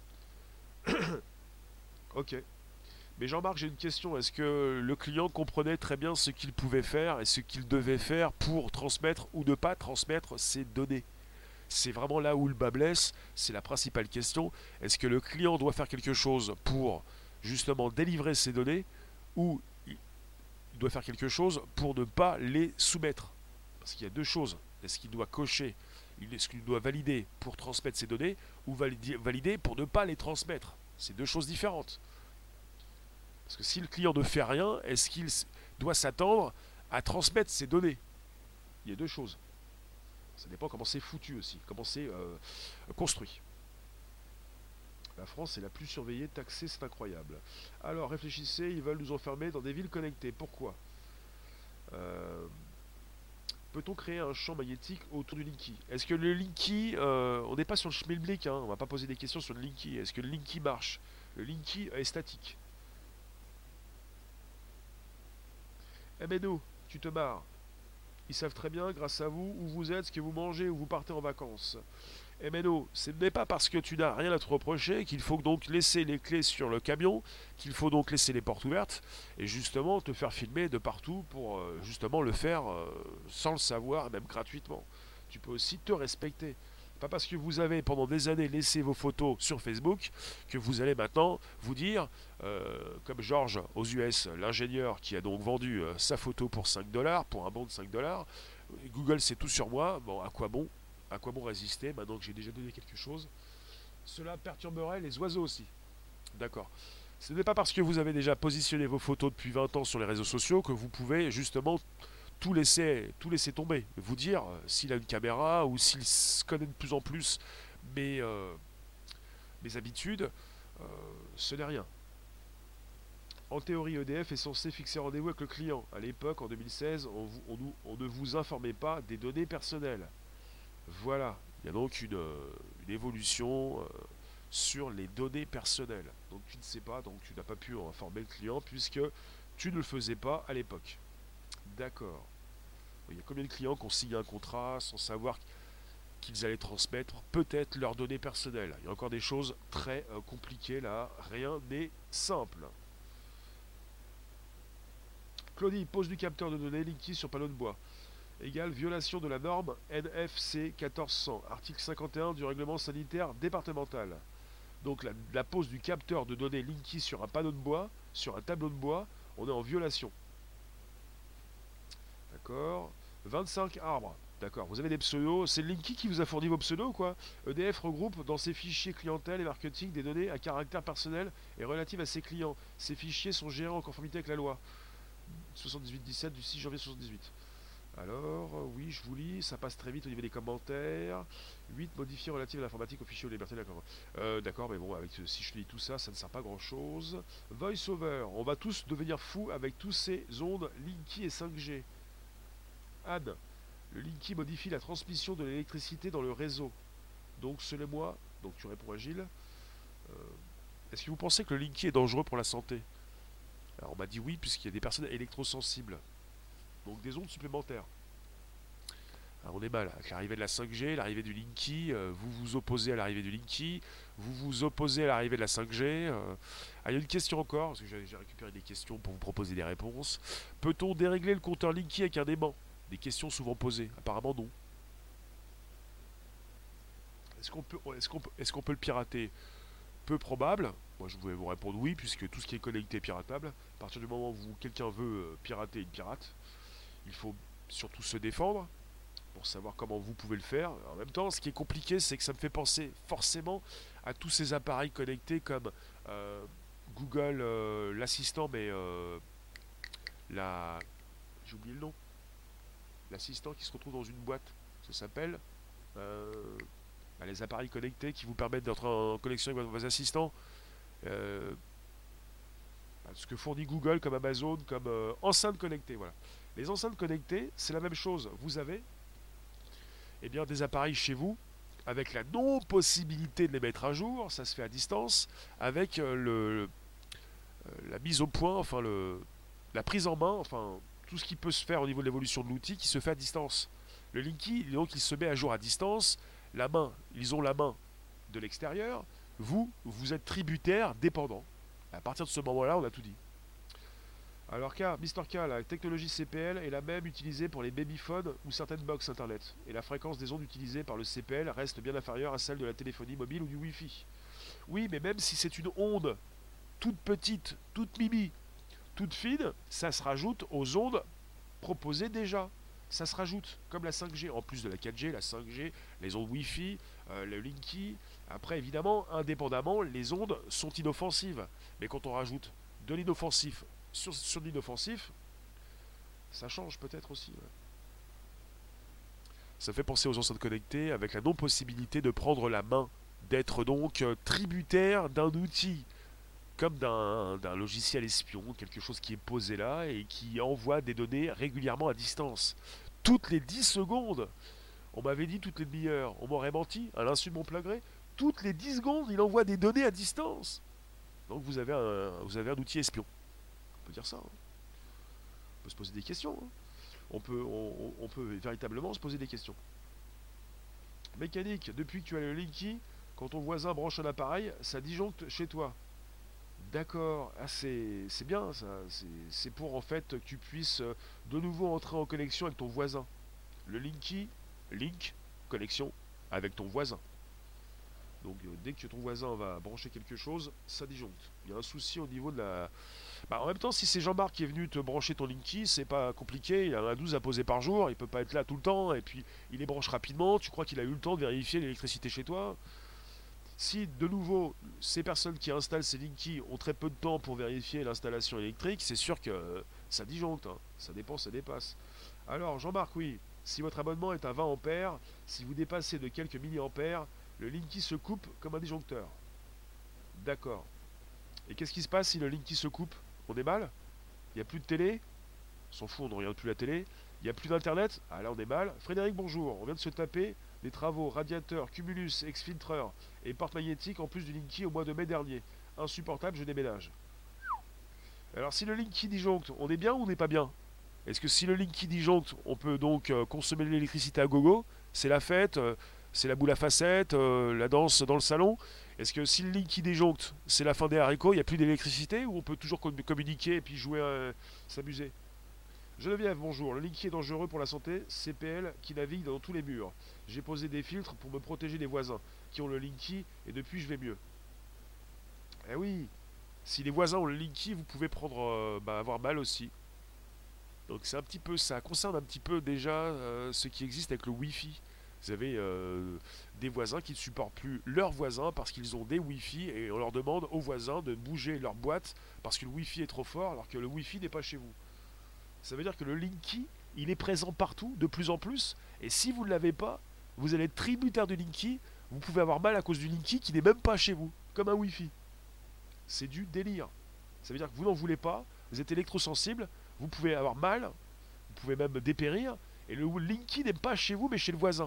Ok. Mais Jean-Marc, j'ai une question. Est-ce que le client comprenait très bien ce qu'il pouvait faire et ce qu'il devait faire pour transmettre ou ne pas transmettre ses données? C'est vraiment là où le bas blesse, c'est la principale question. Est-ce que le client doit faire quelque chose pour justement délivrer ses données ou il doit faire quelque chose pour ne pas les soumettre? Parce qu'il y a deux choses. Est-ce qu'il doit cocher, est-ce qu'il doit valider pour transmettre ses données ou valider pour ne pas les transmettre? C'est deux choses différentes. Parce que si le client ne fait rien, est-ce qu'il doit s'attendre à transmettre ses données? Il y a deux choses. Ça dépend comment c'est foutu aussi, comment c'est construit. La France est la plus surveillée, taxée, c'est incroyable. Alors réfléchissez, ils veulent nous enfermer dans des villes connectées. Pourquoi? Peut-on créer un champ magnétique autour du Linky? Est-ce que le Linky, on n'est pas sur le schmilblick, hein, on va pas poser des questions sur le Linky. Est-ce que le Linky marche? Le Linky est statique. Eh ben non, tu te marres. Ils savent très bien, grâce à vous, où vous êtes, ce que vous mangez, où vous partez en vacances. Eh mais non, ce n'est pas parce que tu n'as rien à te reprocher qu'il faut donc laisser les clés sur le camion, qu'il faut donc laisser les portes ouvertes, et justement te faire filmer de partout pour justement le faire sans le savoir, même gratuitement. Tu peux aussi te respecter. Pas parce que vous avez pendant des années laissé vos photos sur Facebook que vous allez maintenant vous dire, comme George aux US, l'ingénieur qui a donc vendu sa photo pour 5 dollars, pour un bon de 5 dollars, Google sait tout sur moi, bon, à quoi bon? À quoi bon résister maintenant que j'ai déjà donné quelque chose? Cela perturberait les oiseaux aussi. D'accord. Ce n'est pas parce que vous avez déjà positionné vos photos depuis 20 ans sur les réseaux sociaux que vous pouvez justement tout laisser tomber. Vous dire s'il a une caméra ou s'il connaît de plus en plus mes, mes habitudes, euh, ce n'est rien. En théorie, EDF est censé fixer rendez-vous avec le client. À l'époque, en 2016, on ne vous informait pas des données personnelles. Voilà. Il y a donc une évolution sur les données personnelles. Donc tu ne sais pas, donc tu n'as pas pu en informer le client puisque tu ne le faisais pas à l'époque. D'accord. Il y a combien de clients qui ont signé un contrat sans savoir qu'ils allaient transmettre peut-être leurs données personnelles? Il y a encore des choses très compliquées là, rien n'est simple. Claudie, pose du capteur de données Linky sur panneau de bois. Égale violation de la norme NFC 1400, article 51 du règlement sanitaire départemental. Donc la pose du capteur de données Linky sur un panneau de bois, sur un tableau de bois, on est en violation. D'accord. 25 arbres. D'accord. Vous avez des pseudos. C'est Linky qui vous a fourni vos pseudos ou quoi? EDF regroupe dans ses fichiers clientèle et marketing des données à caractère personnel et relatives à ses clients. Ces fichiers sont gérés en conformité avec la loi 78-17 du 6 janvier 78. Alors, oui, je vous lis, ça passe très vite au niveau des commentaires. 8 modifiés relatifs à l'informatique, aux fichiers, aux libertés, d'accord. D'accord, mais bon, avec, si je lis tout ça, ça ne sert pas grand chose. VoiceOver, on va tous devenir fous avec tous ces ondes Linky et 5G. Anne, le Linky modifie la transmission de l'électricité dans le réseau. Donc, selon moi, donc tu réponds à Gilles, euh, est-ce que vous pensez que le Linky est dangereux pour la santé? Alors, on m'a dit oui, puisqu'il y a des personnes électrosensibles. Donc, des ondes supplémentaires. Alors, on est mal. Avec l'arrivée de la 5G, l'arrivée du Linky, vous vous opposez à l'arrivée du Linky, vous vous opposez à l'arrivée de la 5G. Ah, il y a une question encore, parce que j'ai récupéré des questions pour vous proposer des réponses. Peut-on dérégler le compteur Linky avec un aimant? Des questions souvent posées. Apparemment, non. Est-ce qu'on peut le pirater? Peu probable. Moi, je voulais vous répondre oui, puisque tout ce qui est connecté est piratable. À partir du moment où quelqu'un veut pirater une pirate, il faut surtout se défendre pour savoir comment vous pouvez le faire. En même temps, ce qui est compliqué, c'est que ça me fait penser forcément à tous ces appareils connectés comme euh, Google, l'assistant, mais la... j'ai oublié le nom. L'assistant qui se retrouve dans une boîte. Ça s'appelle euh, les appareils connectés qui vous permettent d'être en connexion avec vos assistants. Euh, ce que fournit Google comme Amazon, comme enceintes connectées. Voilà. Les enceintes connectées, c'est la même chose. Vous avez bien, des appareils chez vous avec la non-possibilité de les mettre à jour, ça se fait à distance, avec la mise au point, enfin la prise en main, enfin tout ce qui peut se faire au niveau de l'évolution de l'outil qui se fait à distance. Le Linky, donc, il se met à jour à distance, la main, ils ont la main de l'extérieur, vous êtes tributaire, dépendant. À partir de ce moment-là, on a tout dit. Alors Mister K, la technologie CPL est la même utilisée pour les babyphones ou certaines box internet. Et la fréquence des ondes utilisées par le CPL reste bien inférieure à celle de la téléphonie mobile ou du Wi-Fi. Oui, mais même si c'est une onde toute petite, toute mimi, toute fine, ça se rajoute aux ondes proposées déjà. Ça se rajoute, comme la 5G, en plus de la 4G, la 5G, les ondes Wi-Fi, le Linky. Après, évidemment, indépendamment, les ondes sont inoffensives. Mais quand on rajoute de l'inoffensif sur de l'inoffensif, ça change peut-être aussi. Ouais. Ça fait penser aux enceintes connectées avec la non-possibilité de prendre la main, d'être donc tributaire d'un outil, comme d'un logiciel espion, quelque chose qui est posé là et qui envoie des données régulièrement à distance. Toutes les 10 secondes, on m'avait dit toutes les demi-heures, on m'aurait menti, à l'insu de mon plein gré, toutes les 10 secondes, il envoie des données à distance. Donc vous avez un outil espion. On peut dire ça. Hein. On peut se poser des questions. Hein. On peut véritablement se poser des questions. Mécanique, depuis que tu as le Linky, quand ton voisin branche un appareil, ça disjoncte chez toi. D'accord, ah, c'est bien ça. C'est pour en fait que tu puisses de nouveau entrer en connexion avec ton voisin. Le Linky, link, connexion. avec ton voisin. Donc dès que ton voisin va brancher quelque chose, ça disjoncte. Il y a un souci au niveau de la... Bah, en même temps, si c'est Jean-Marc qui est venu te brancher ton Linky, c'est pas compliqué, il a un 12 à poser par jour, il peut pas être là tout le temps, et puis il les branche rapidement, tu crois qu'il a eu le temps de vérifier l'électricité chez toi? Si de nouveau, ces personnes qui installent ces Linky ont très peu de temps pour vérifier l'installation électrique, c'est sûr que ça disjoncte, hein. Ça dépend, ça dépasse. Alors Jean-Marc, oui, si votre abonnement est à 20 ampères, si vous dépassez de quelques milliampères, le Linky se coupe comme un disjoncteur. D'accord. Et qu'est-ce qui se passe si le Linky se coupe? On est mal? Il n'y a plus de télé? On s'en fout, on ne regarde plus la télé. Il n'y a plus d'internet? Ah là on est mal. Frédéric, bonjour. On vient de se taper des travaux radiateur, cumulus, exfiltreur et porte magnétique en plus du Linky au mois de mai dernier. Insupportable, je déménage. Alors si le Linky disjoncte, on est bien ou on n'est pas bien? Est-ce que si le Linky disjoncte, on peut donc consommer de l'électricité à gogo? C'est la fête, c'est la boule à facettes, la danse dans le salon. Est-ce que si le Linky disjoncte, c'est la fin des haricots, il n'y a plus d'électricité ou on peut toujours communiquer et puis jouer, s'amuser? Geneviève, bonjour. Le Linky est dangereux pour la santé. CPL qui navigue dans tous les murs. J'ai posé des filtres pour me protéger des voisins qui ont le Linky et depuis je vais mieux. Eh oui, si les voisins ont le Linky, vous pouvez prendre, avoir mal aussi. Donc c'est un petit peu, ça concerne un petit peu déjà ce qui existe avec le Wi-Fi. Vous avez des voisins qui ne supportent plus leurs voisins parce qu'ils ont des Wi-Fi et on leur demande aux voisins de bouger leur boîte parce que le Wi-Fi est trop fort alors que le Wi-Fi n'est pas chez vous. Ça veut dire que le Linky, il est présent partout, de plus en plus, et si vous ne l'avez pas, vous allez être tributaire du Linky, vous pouvez avoir mal à cause du Linky qui n'est même pas chez vous, comme un Wi-Fi. C'est du délire. Ça veut dire que vous n'en voulez pas, vous êtes électrosensible, vous pouvez avoir mal, vous pouvez même dépérir, et le Linky n'est pas chez vous mais chez le voisin.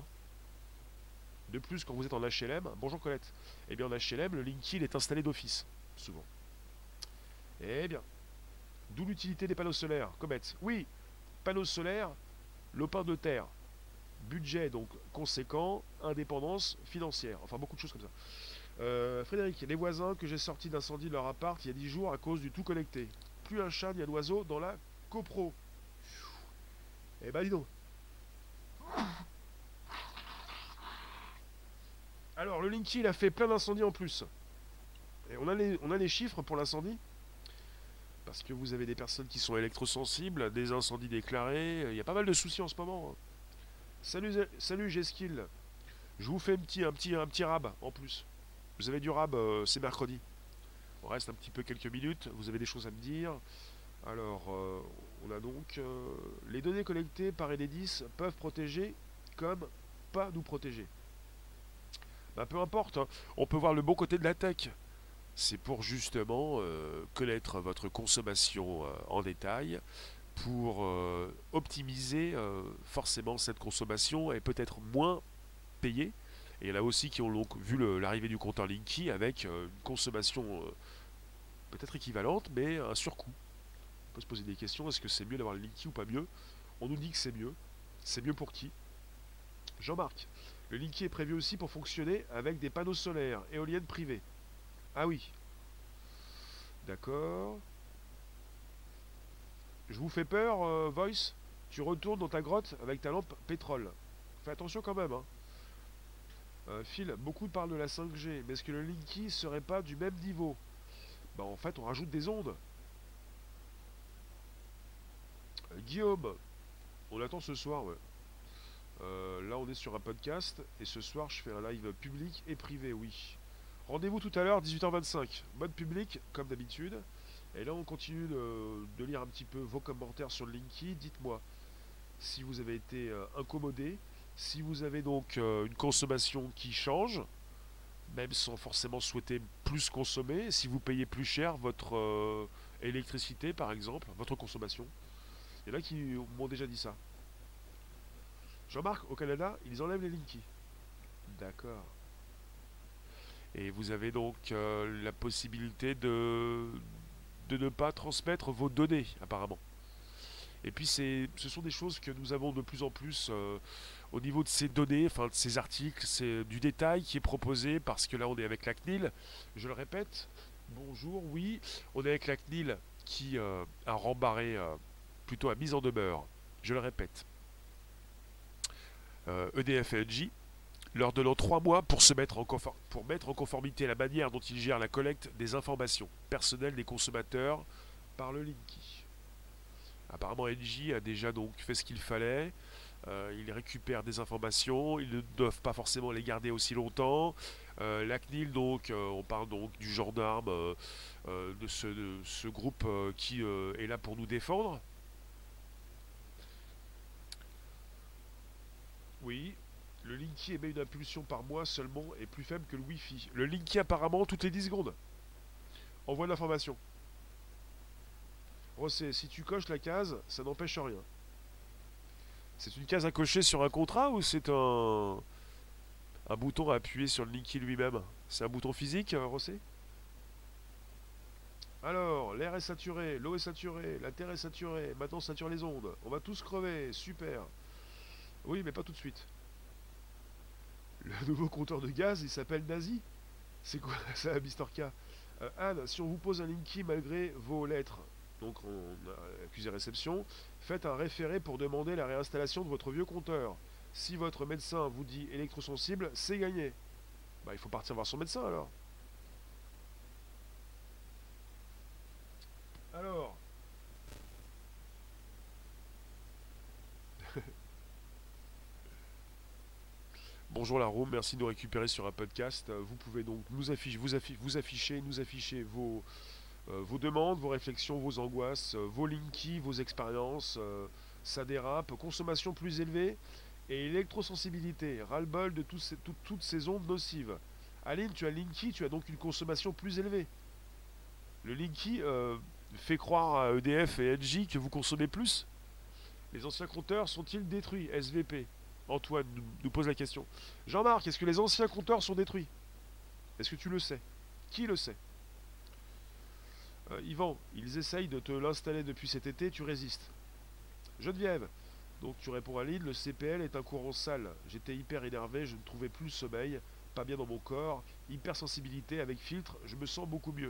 De plus, quand vous êtes en HLM, bonjour Colette, eh bien en HLM, le Linky il est installé d'office, souvent. Eh bien, d'où l'utilité des panneaux solaires, Comet. Oui, panneaux solaires, lopin de terre, budget donc conséquent, indépendance financière, enfin beaucoup de choses comme ça. Frédéric, les voisins que j'ai sortis d'incendie de leur appart il y a 10 jours à cause du tout connecté. Plus un chat ni un oiseau dans la copro. Eh ben dis donc. Alors le Linky il a fait plein d'incendies en plus. Et on a les chiffres pour l'incendie. Parce que vous avez des personnes qui sont électrosensibles, des incendies déclarés, il y a pas mal de soucis en ce moment, hein. Salut G-Skill. Je vous fais un petit rab en plus. Vous avez du rab, c'est mercredi. On reste un petit peu quelques minutes, vous avez des choses à me dire. Alors, on a donc les données collectées par Enedis peuvent protéger comme pas nous protéger. Bah, peu importe, hein. On peut voir le bon côté de la tech. C'est pour justement connaître votre consommation en détail, pour optimiser forcément cette consommation et peut-être moins payer. Et il y en a aussi qui ont donc vu l'arrivée du compteur Linky avec une consommation peut-être équivalente, mais un surcoût. On peut se poser des questions, est-ce que c'est mieux d'avoir le Linky ou pas mieux? On nous dit que c'est mieux. C'est mieux pour qui? Jean-Marc, le Linky est prévu aussi pour fonctionner avec des panneaux solaires, éoliennes privées. Ah oui, d'accord. Je vous fais peur, Voice? Tu retournes dans ta grotte avec ta lampe pétrole. Fais attention quand même, hein. Phil, beaucoup parlent de la 5G, mais est-ce que le Linky serait pas du même niveau? Bah en fait, on rajoute des ondes. Guillaume, on attend ce soir, ouais. Là, on est sur un podcast, et ce soir, je fais un live public et privé, oui. Rendez-vous tout à l'heure, 18h25. Mode public, comme d'habitude. Et là, on continue de lire un petit peu vos commentaires sur le Linky. Dites-moi si vous avez été incommodé, si vous avez donc une consommation qui change, même sans forcément souhaiter plus consommer, si vous payez plus cher votre électricité, par exemple, votre consommation. Il y en a qui m'ont déjà dit ça. Jean-Marc, au Canada, ils enlèvent les Linky. D'accord. Et vous avez donc la possibilité de ne pas transmettre vos données, apparemment. Et puis ce sont des choses que nous avons de plus en plus au niveau de ces données, enfin de ces articles, c'est du détail qui est proposé parce que là on est avec la CNIL, je le répète, bonjour, oui, on est avec la CNIL qui a rembarré, plutôt a mise en demeure, je le répète, EDF et Engie, leur donnant 3 mois pour pour mettre en conformité la manière dont ils gèrent la collecte des informations personnelles des consommateurs par le Linky. Apparemment, Engie a déjà donc fait ce qu'il fallait. Ils récupèrent des informations, ils ne doivent pas forcément les garder aussi longtemps. La CNIL, donc, on parle donc du gendarme, de ce groupe qui est là pour nous défendre. Oui, le Linky émet une impulsion par mois seulement et plus faible que le Wi-Fi. Le Linky apparemment toutes les 10 secondes envoie de l'information. Rossé, si tu coches la case, ça n'empêche rien. C'est une case à cocher sur un contrat ou c'est un bouton à appuyer sur le Linky lui-même? C'est un bouton physique, Rossé? Alors, l'air est saturé, l'eau est saturée, la terre est saturée, maintenant on sature les ondes. On va tous crever, super. Oui, mais pas tout de suite. Le nouveau compteur de gaz, il s'appelle Nazi. C'est quoi ça, Mister K? Anne, si on vous pose un Linky malgré vos lettres, donc on a accusé réception, faites un référé pour demander la réinstallation de votre vieux compteur. Si votre médecin vous dit électrosensible, c'est gagné. Bah, il faut partir voir son médecin alors. Alors, bonjour la Rome, merci de nous récupérer sur un podcast. Vous pouvez donc nous afficher vos demandes, vos réflexions, vos angoisses, vos linkies, vos expériences. Ça dérape, consommation plus élevée et électrosensibilité. Ras-le-bol de toutes ces ondes nocives. Aline, tu as Linky, tu as donc une consommation plus élevée. Le Linky fait croire à EDF et Engie que vous consommez plus. Les anciens compteurs sont-ils détruits? SVP. Antoine nous pose la question. Jean-Marc, est-ce que les anciens compteurs sont détruits? Est-ce que tu le sais? Qui le sait? Yvan, ils essayent de te l'installer depuis cet été, tu résistes. Geneviève, donc tu réponds à Lille, le CPL est un courant sale. J'étais hyper énervé, je ne trouvais plus le sommeil, pas bien dans mon corps, hypersensibilité avec filtre, je me sens beaucoup mieux.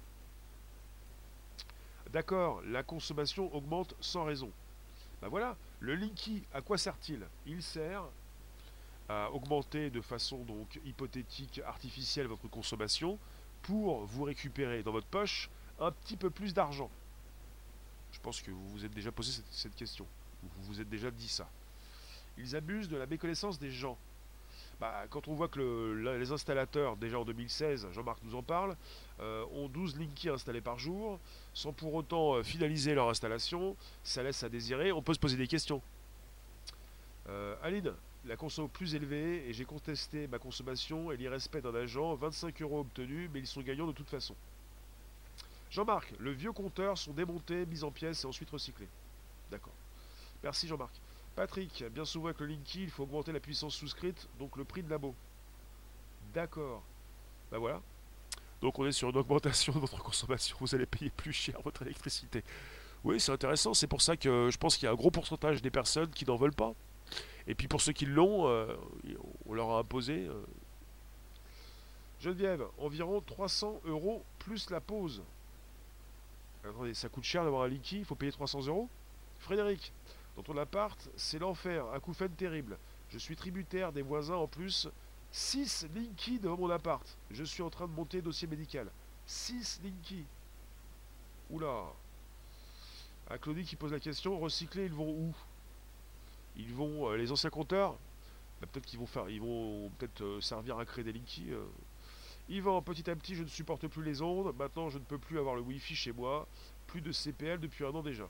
D'accord, la consommation augmente sans raison. Ben voilà, le Linky, à quoi sert-il? Il sert à augmenter de façon donc hypothétique, artificielle votre consommation pour vous récupérer dans votre poche un petit peu plus d'argent. Je pense que vous vous êtes déjà posé cette question. Vous vous êtes déjà dit ça. Ils abusent de la méconnaissance des gens. Bah, quand on voit que les installateurs, déjà en 2016, Jean-Marc nous en parle, ont 12 Linky installés par jour, sans pour autant finaliser leur installation, ça laisse à désirer, on peut se poser des questions. Aline, la conso plus élevée, et j'ai contesté ma consommation et l'irrespect d'un agent, 25 euros obtenus, mais ils sont gagnants de toute façon. Jean-Marc, le vieux compteur sont démontés, mis en pièces et ensuite recyclés. D'accord. Merci Jean-Marc. Patrick, bien souvent avec le Linky, il faut augmenter la puissance souscrite, donc le prix de labo. D'accord. Ben voilà. Donc on est sur une augmentation de votre consommation, vous allez payer plus cher votre électricité. Oui, c'est intéressant, c'est pour ça que je pense qu'il y a un gros pourcentage des personnes qui n'en veulent pas. Et puis pour ceux qui l'ont, on leur a imposé. Geneviève, environ 300 euros plus la pause. Attendez, ça coûte cher d'avoir un Linky, il faut payer 300 euros? Frédéric, dans ton appart, c'est l'enfer, un coup terrible. Je suis tributaire des voisins en plus. 6 Linky devant mon appart. Je suis en train de monter dossier médical. 6 Linky. Oula. À Claudie qui pose la question, recycler, ils vont où? Ils vont, les anciens compteurs, bah, peut-être qu'ils vont faire, ils vont peut-être servir à créer des Linky. Yvan, petit à petit, je ne supporte plus les ondes. Maintenant, je ne peux plus avoir le Wi-Fi chez moi. Plus de CPL depuis un an déjà.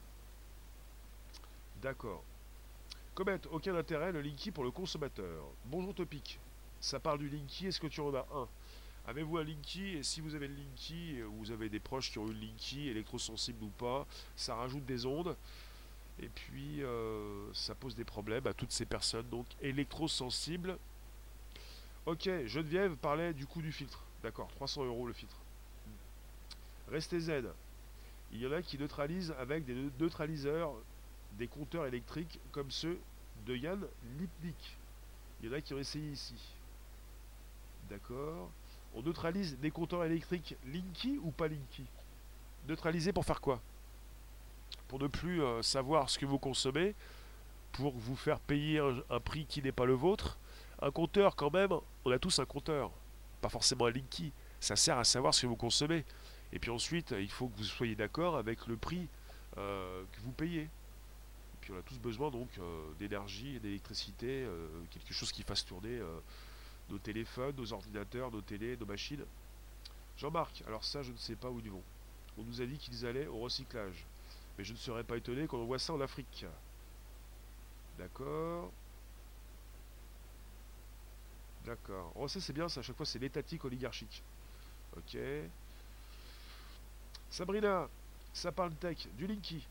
D'accord. Comet, aucun intérêt, le Linky pour le consommateur. Bonjour Topic. Ça parle du Linky, est-ce que tu en as un? Avez-vous un Linky? Et si vous avez le Linky, ou vous avez des proches qui ont eu le Linky, électrosensible ou pas, ça rajoute des ondes. Et puis, ça pose des problèmes à toutes ces personnes donc électrosensibles. Ok, Geneviève parlait du coût du filtre. D'accord, 300 euros le filtre. Restez Z. Il y en a qui neutralisent avec des neutraliseurs des compteurs électriques comme ceux de Yann Lipnik. Il y en a qui ont essayé ici. D'accord. On neutralise des compteurs électriques Linky ou pas Linky? Neutraliser pour faire quoi? Pour ne plus savoir ce que vous consommez, pour vous faire payer un prix qui n'est pas le vôtre, Un compteur, quand même, on a tous un compteur. Pas forcément un Linky. Ça sert à savoir ce que vous consommez. Et puis ensuite, il faut que vous soyez d'accord avec le prix que vous payez. Et puis on a tous besoin donc d'énergie et d'électricité, quelque chose qui fasse tourner nos téléphones, nos ordinateurs, nos télés, nos machines. Jean-Marc, alors ça je ne sais pas où ils vont. On nous a dit qu'ils allaient au recyclage. Mais je ne serais pas étonné qu'on envoie ça en Afrique. D'accord. D'accord. Oh, ça c'est bien, ça à chaque fois c'est l'étatique oligarchique. Ok. Sabrina, ça parle tech, du Linky.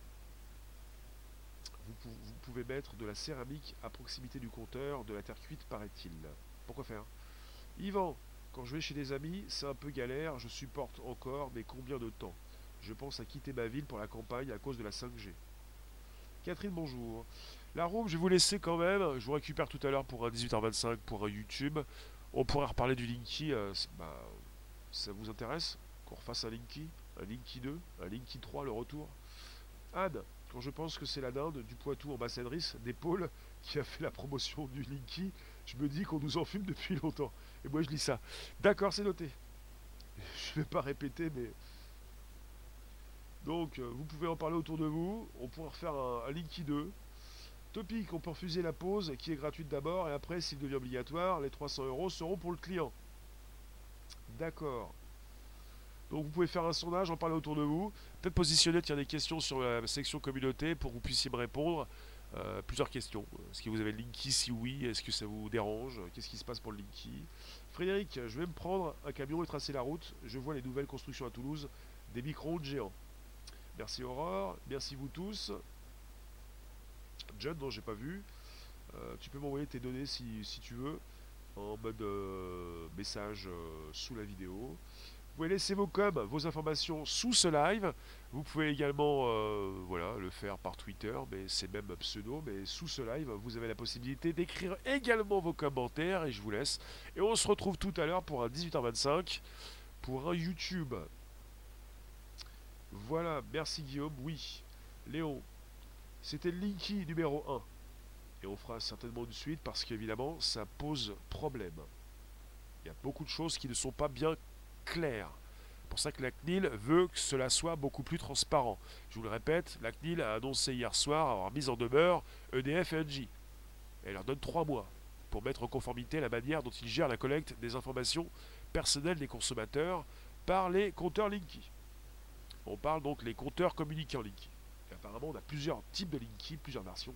Vous pouvez mettre de la céramique à proximité du compteur, de la terre cuite, paraît-il. Pourquoi faire? Yvan, quand je vais chez des amis, c'est un peu galère, je supporte encore, mais combien de temps? Je pense à quitter ma ville pour la campagne à cause de la 5G. Catherine, bonjour. La room, je vais vous laisser quand même. Je vous récupère tout à l'heure pour un 18h25 pour un YouTube. On pourrait reparler du Linky. Ça vous intéresse qu'on refasse un Linky 2, un Linky 3, le retour? Anne, quand je pense que c'est la dinde du Poitou ambassadrice d'Épaule qui a fait la promotion du Linky, je me dis qu'on nous en fume depuis longtemps. Et moi je lis ça. D'accord, c'est noté. Je ne vais pas répéter, mais... Donc, vous pouvez en parler autour de vous. On pourra refaire un Linky 2. Topic, on peut refuser la pause qui est gratuite d'abord et après, s'il devient obligatoire, les 300 € seront pour le client. D'accord. Donc vous pouvez faire un sondage, en parler autour de vous. Peut-être positionner des questions sur la section communauté pour que vous puissiez me répondre. Plusieurs questions. Est-ce que vous avez le Linky? Si oui, est-ce que ça vous dérange? Qu'est-ce qui se passe pour le Linky? Frédéric, je vais me prendre un camion et tracer la route. Je vois les nouvelles constructions à Toulouse, des micro-ondes géants. Merci Aurore, merci vous tous. John, non, j'ai pas vu. Tu peux m'envoyer tes données si tu veux, en mode message sous la vidéo. Vous pouvez laisser vos coms, vos informations sous ce live. Vous pouvez également voilà, le faire par Twitter, mais c'est même pseudo. Mais sous ce live, vous avez la possibilité d'écrire également vos commentaires et je vous laisse. Et on se retrouve tout à l'heure pour un 18h25 pour un YouTube. Voilà, merci Guillaume. Oui, Léon, c'était le Linky numéro 1. Et on fera certainement une suite parce qu'évidemment, ça pose problème. Il y a beaucoup de choses qui ne sont pas bien claires. C'est pour ça que la CNIL veut que cela soit beaucoup plus transparent. Je vous le répète, la CNIL a annoncé hier soir avoir mis en demeure EDF et Engie. Elle leur donne 3 mois pour mettre en conformité la manière dont ils gèrent la collecte des informations personnelles des consommateurs par les compteurs Linky. On parle donc les compteurs communiquants Linky. Et apparemment, on a plusieurs types de Linky, plusieurs versions.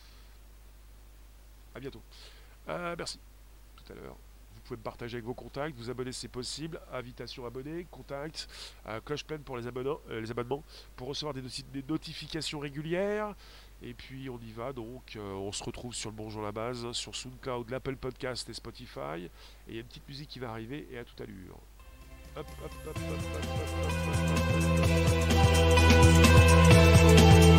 A bientôt. Merci. Tout à l'heure. Vous pouvez me partager avec vos contacts, vous abonner si c'est possible, invitation abonner, contact, cloche pleine pour les abonnements, pour recevoir des notifications régulières. Et puis on y va donc, on se retrouve sur le Bonjour la base, sur SoundCloud, l'Apple Podcast et Spotify. Et il y a une petite musique qui va arriver et à toute allure. Hop, hop, hop, hop, hop, hop, hop, hop, hop.